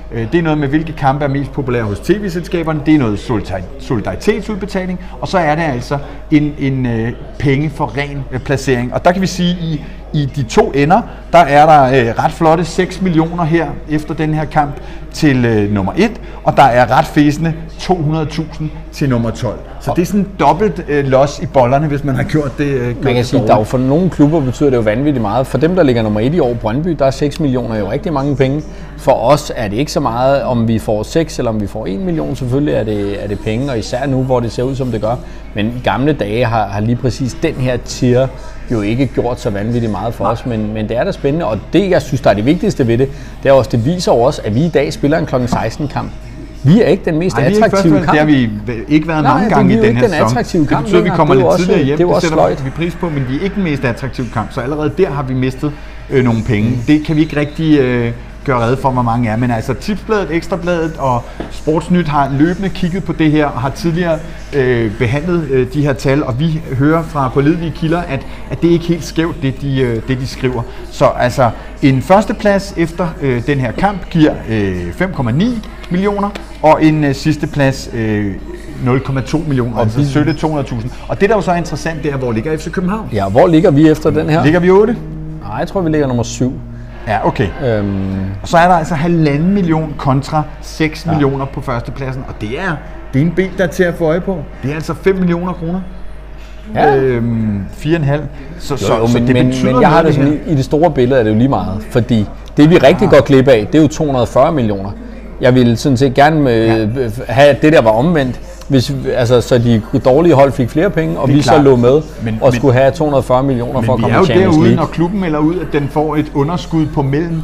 Det er noget med, hvilke kampe er mest populære hos tv-selskaberne. Det er noget solidaritetsudbetaling. Og så er det altså en penge for ren placering. Og der kan vi sige, i de to ender, der er der ret flotte 6 millioner her efter den her kamp til nummer 1, og der er ret fæsende 200.000 til nummer 12. Så det er sådan dobbelt los i bollerne, hvis man har gjort det. Man kan sige, at for nogle klubber betyder det jo vanvittigt meget. For dem, der ligger nummer 1 i år, Brøndby, der er 6 millioner jo rigtig mange penge. For os er det ikke så meget, om vi får 6 eller om vi får 1 million. Selvfølgelig er det penge, og især nu, hvor det ser ud, som det gør. Men i gamle dage har lige præcis den her tier jo ikke gjort så vanvittigt meget for os, men det er da spændende, og det, jeg synes, der er det vigtigste ved det, det er også, det viser også, at vi i dag spiller en kl. 16 kamp. Vi er ikke den mest attraktive kamp. Det har vi ikke været mange gange i den her sæson. Det betyder, at vi kommer lidt tidligere hjem, det sætter vi pris på, men vi er ikke den mest attraktive kamp, så allerede der har vi mistet nogle penge. Det kan vi ikke rigtig gøre rede for, hvor mange er, men altså Tipsbladet, Ekstrabladet og Sportsnyt har løbende kigget på det her og har tidligere behandlet de her tal, og vi hører fra pålidelige kilder, at det ikke er helt skævt, det de skriver. Så altså en førsteplads efter den her kamp giver 5,9 millioner, og en sidste plads 0,2 millioner, altså sølle 200.000. Og det, der jo så er interessant, det er, hvor ligger FC København? Ja, hvor ligger vi efter den her? Ligger vi 8? Nej, jeg tror, vi ligger nummer 7. Ja, okay. Og så er der altså 1,5 million kontra 6 millioner på førstepladsen, og det er en bil, der er til at få øje på. Det er altså 5 millioner kroner. Ja. 4,5. Så det betyder men jeg har det sådan, i det store billede er det jo lige meget, fordi det vi rigtig går glip af, det er jo 240 millioner. Jeg ville sådan set gerne have det der var omvendt, så de dårlige hold fik flere penge, og vi så lå med og skulle have 240 millioner for at komme i Champions League. Men vi er jo derude, når klubben melder ud, at den får et underskud på mellem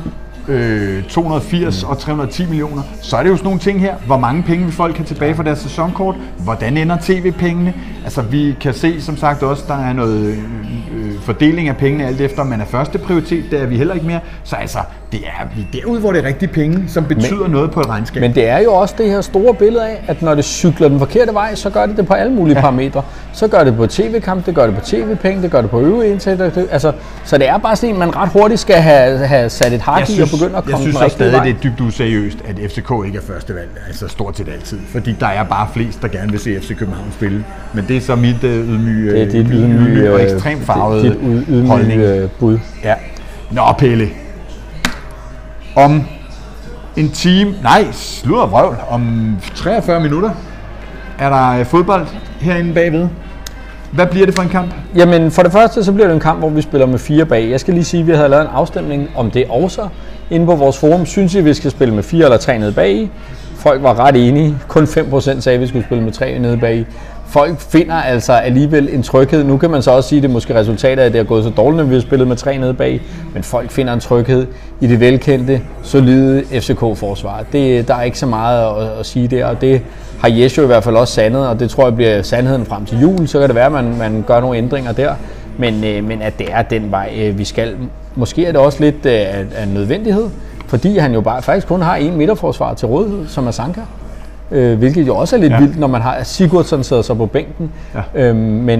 280 og 310 millioner, så er det jo sådan nogle ting her. Hvor mange penge vil folk have tilbage for deres sæsonkort? Hvordan ender tv-pengene? Altså vi kan se, som sagt også, der er noget fordeling af pengene alt efter, man er første prioritet, det er vi heller ikke mere. Så altså, det er derude, hvor det er rigtige penge, som betyder noget på et regnskab. Men det er jo også det her store billede af, at når det cykler den forkerte vej, så gør det på alle mulige parametre. Så gør det på tv-kamp, det gør det på tv-penge, det gør det på øvrige indtægter. Altså, så det er bare sådan, at man ret hurtigt skal have sat et hak i og begynde at komme den rigtige vej. Jeg synes stadig, det er dybt useriøst, at FCK ikke er første valg, altså stort set altid. Fordi der er bare flest, der gerne vil se FC København spille. Men det er så mit ydmyge og ekstremt farvede holdning. Bud. Ja. Nå, Pelle. Om en time, sludder vrøvl, om 43 minutter er der fodbold herinde bagved. Hvad bliver det for en kamp? Jamen for det første så bliver det en kamp, hvor vi spiller med 4 bag. Jeg skal lige sige, at vi havde lavet en afstemning om det også. Inde på vores forum synes jeg, vi skal spille med 4 eller 3 nede bag. Folk var ret enige. Kun 5% sagde, at vi skulle spille med 3 nede bag. Folk finder altså alligevel en tryghed. Nu kan man så også sige, at det er måske resultatet af, at det har gået så dårligt, når vi har spillet med 3 nede bag. Men folk finder en tryghed i det velkendte, solide FCK-forsvar. Der er ikke så meget at sige der, og det har Jes jo i hvert fald også sandet, og det tror jeg bliver sandheden frem til jul. Så kan det være, at man gør nogle ændringer der. Men at det er den vej, vi skal. Måske er det også lidt af nødvendighed, fordi han jo faktisk kun har en midterforsvar til rådighed, som er Sanka. Hvilket jo også er lidt vildt, når man har Sigurdsson sidder så på bænken. Ja.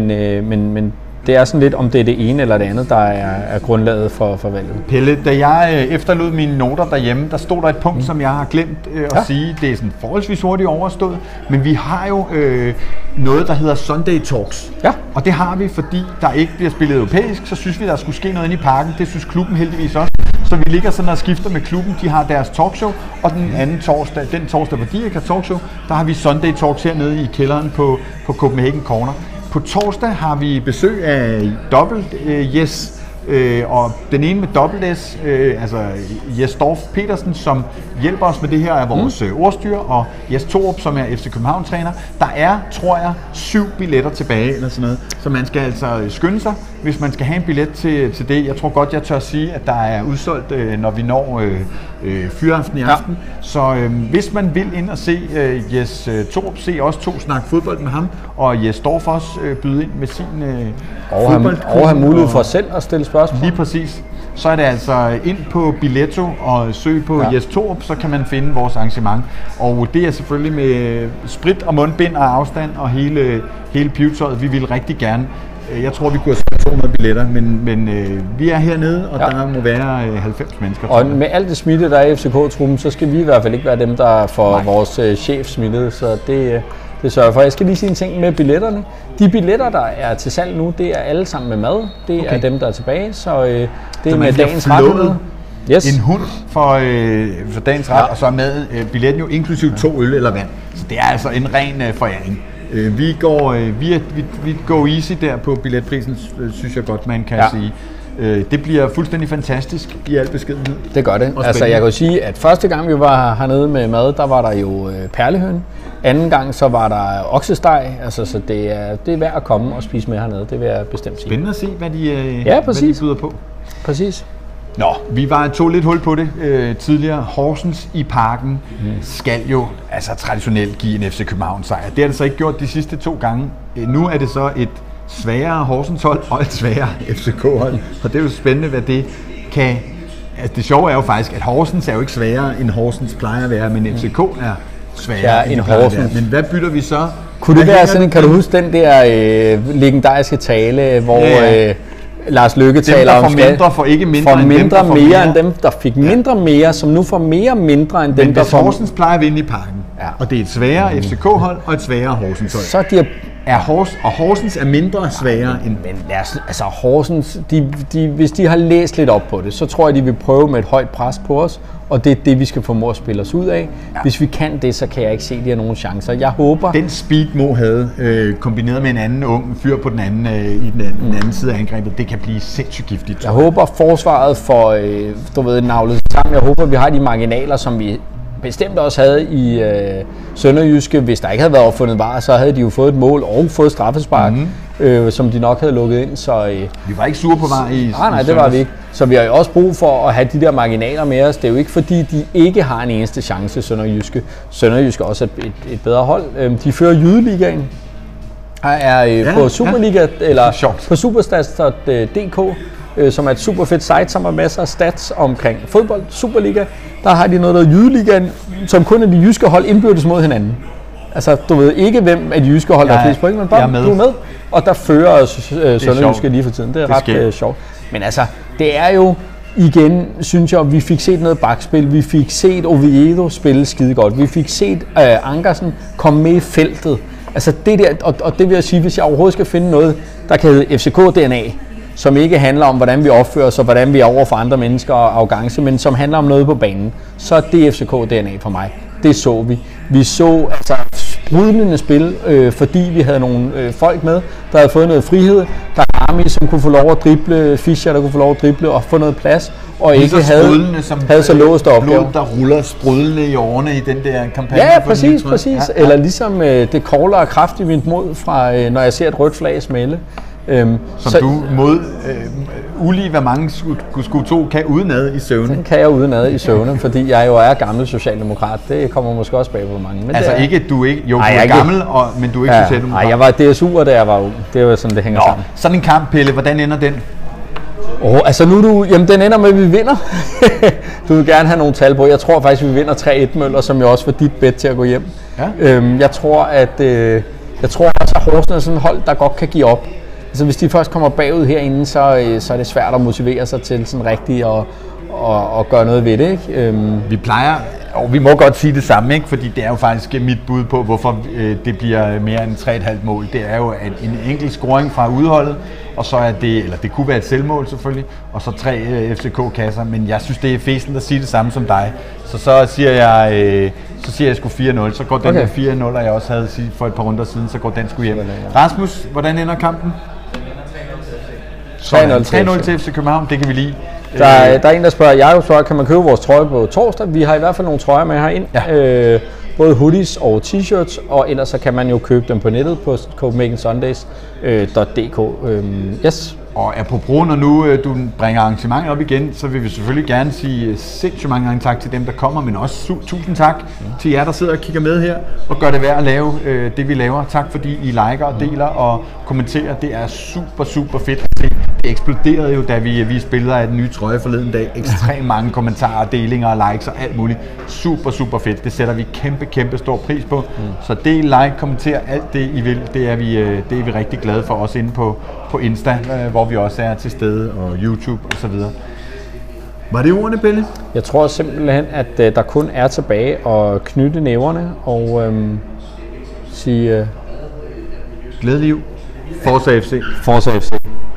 Men det er sådan lidt, om det er det ene eller det andet, der er grundlaget for valget. Pelle, da jeg efterlod mine noter derhjemme, der stod der et punkt, som jeg har glemt at sige. Det er sådan forholdsvis hurtigt overstået, men vi har jo noget, der hedder Sunday Talks. Ja. Og det har vi, fordi der ikke bliver spillet europæisk, så synes vi, der skulle ske noget inde i parken. Det synes klubben heldigvis også. Så vi ligger sådan og skifter med klubben. De har deres talkshow, og den anden torsdag, hvor de ikke har talkshow, der har vi Sunday Talks hernede i kælderen på Copenhagen Corner. På torsdag har vi besøg af dobbelt Jes, og den ene med dobbelt S, altså Jes Dorf Petersen, som hjælper os med det her, er vores ordstyrer, og Jes Torup, som er FC København-træner. Der er, tror jeg, 7 billetter tilbage, eller sådan noget, så man skal altså skynde sig, hvis man skal have en billet til det. Jeg tror godt, jeg tør sige, at der er udsolgt, når vi når fyraften i aften. Ja. Så hvis man vil ind og se Jes Torup, se også 2 snakke fodbold med ham, og Jes Dorf også byde ind med sin fodbold. Og have mulighed for selv at stille spørgsmål. Lige præcis. Så er det altså ind på Billetto og søg på Jes Torup, så kan man finde vores arrangement. Og det er selvfølgelig med sprit og mundbind og afstand og hele pivetøjet. Vi vil rigtig gerne Jeg tror, vi kunne have 200 billetter, men vi er hernede, og der må være 90 mennesker. Og med alt det smitte, der er i FCK-truppen, så skal vi i hvert fald ikke være dem, der får vores chef smittet, så det sørger for. Jeg skal lige sige en ting med billetterne. De billetter, der er til salg nu, det er alle sammen med mad. Det er dem, der er tilbage, så det er med dagens ret. Yes. En hund for dagens ret, og så er med billetten jo inklusiv 2 øl eller vand. Så det er altså en ren foræring. Vi går easy der på billetprisen, synes jeg godt, man kan sige. Det bliver fuldstændig fantastisk i al beskedenhed. Det gør det. Altså jeg kan jo sige, at første gang vi var hernede med mad, der var der jo perlehøn. Anden gang så var der oksesteg, altså så det er værd at komme og spise med hernede, det vil jeg bestemt sige. Spændende at se, hvad de byder på. Præcis. Nå, vi tog lidt hul på det tidligere. Horsens i Parken skal jo traditionelt give en FC København sejr. Det har det så ikke gjort de sidste 2 gange. Nu er det så et sværere Horsens hold og et sværere FCK-hold. Og det er jo spændende, hvad det kan... Altså det sjove er jo faktisk, at Horsens er jo ikke sværere, end Horsens plejer at være, men FCK er sværere end Horsens. Men hvad bytter vi så? Kunne det være sådan, kan du huske den der legendariske tale, hvor... Lars Løkke taler om mindre får ikke mindre, end dem, der får mere end dem, der fik mindre mere, som nu får mere mindre end dem, der får... Men Horsens plejer at vinde i Parken, og det er et sværere FCK-hold og et sværere Horsens-hold. Så Horsens er mindre sværere end... Men Horsens, hvis de har læst lidt op på det, så tror jeg, de vil prøve med et højt pres på os, og det er det, vi skal formå at spille os ud af. Ja. Hvis vi kan det, så kan jeg ikke se, at de har nogen chancer. Jeg håber... Den speed Mo havde, kombineret med en anden ung fyr på den anden, i den anden side af angrebet, det kan blive sindssygt giftigt. Jeg håber, forsvaret får navlet sammen. Jeg håber, vi har de marginaler, som vi bestemt også havde i Sønderjyske. Hvis der ikke havde været opfundet var, så havde de jo fået et mål og fået straffespark, som de nok havde lukket ind. Så, vi var ikke sure på vej i nej, det var vi ikke. Så vi har jo også brug for at have de der marginaler med os. Det er jo ikke fordi, de ikke har en eneste chance, Sønderjyske. Sønderjyske er også et bedre hold. De fører Jydeligaen. På Superliga, eller på superstats.dk, som er et super fedt site, som har masser af stats omkring fodbold, Superliga. Der har de noget, der hedder Jydeligaen, som kun er de jyske hold indbyrdes mod hinanden. Altså, du ved ikke, hvem af de jyske hold, der har flest point, men bare du er med. Og der fører Sønderjyske lige for tiden. Det er ret sjovt. Men altså, det er jo igen, synes jeg, vi fik set noget bakspil. Vi fik set Oviedo spille skide godt. Vi fik set Ankersen komme med i feltet. Altså det der, og det vil jeg sige, hvis jeg overhovedet skal finde noget, der kan hedde FCK-DNA, som ikke handler om, hvordan vi opfører os og hvordan vi er over for andre mennesker og arrogance, men som handler om noget på banen, så er det FCK-DNA for mig. Det så vi. Vi så altså sprudlende spil, fordi vi havde nogle folk med, der havde fået noget frihed. Der er Armi, som kunne få lov at drible, Fischer, der kunne få lov at drible og få noget plads, og ikke havde så låst opgave. Der ruller sprudlende i årene i den der kampagne. Ja, præcis. Ja. Eller ligesom det kogler og kraft i mit mod, fra når jeg ser et rødt flag smælde. Du mod ulige, hvad mange skulle tro, kan udenad i søvne. Den kan jeg udenad i søvne, fordi jeg jo er gammel socialdemokrat. Det kommer måske også bag på mange. Men altså ikke, du ikke, jo, du er gammel, men du er ikke socialdemokrat. Nej, jeg var DSU'er, da jeg var ung. Det var sådan, det hænger sammen. Sådan en kamp, Pelle, hvordan ender den? Altså jamen den ender med, at vi vinder. Du vil gerne have nogle tal på. Jeg tror faktisk, vi vinder 3-1 Møller, som jo også får dit bet til at gå hjem. Ja. Jeg tror også, at Horsens er sådan et hold, der godt kan give op. Altså hvis de først kommer bagud herinde, så er det svært at motivere sig til sådan rigtigt at gøre noget ved det, ikke? Vi plejer, og vi må godt sige det samme, ikke? Fordi det er jo faktisk mit bud på, hvorfor det bliver mere end 3,5 mål. Det er jo en enkelt scoring fra udholdet, og så er det, eller det kunne være et selvmål selvfølgelig, og så 3 FCK-kasser, men jeg synes, det er fæsent at sige det samme som dig. Så siger jeg sgu 4-0, så går den med 4-0, og jeg også havde sige for et par runder siden, så går den sgu hjem. Rasmus, hvordan ender kampen? 3-0 til FC København, det kan vi lide. Der er en, der spørger, Jakob, kan man købe vores trøje på torsdag? Vi har i hvert fald nogle trøjer med herind. Ja. Både hoodies og t-shirts, og ellers så kan man jo købe dem på nettet på CopenhagenSundays.dk. Yes. Og apropos, når nu du bringer arrangementet op igen, så vil vi selvfølgelig gerne sige sindssygt mange gange tak til dem, der kommer, men også tusind tak til jer, der sidder og kigger med her og gør det værd at lave det, vi laver. Tak fordi I liker og deler og kommenterer. Det er super, super fedt at se. Det eksploderede jo, da vi spillede af den nye trøje forleden dag. Ekstremt mange kommentarer, delinger og likes og alt muligt. Super, super fedt. Det sætter vi kæmpe stor pris på. Så del, like, kommenter, alt det I vil, det er vi rigtig glade for, også inde på Insta, hvor vi også er til stede, og YouTube og så videre. Var det ordene, Pelle? Jeg tror simpelthen, at der kun er tilbage at knytte næverne og sige glædelig jul. Forza FC. Forza FC.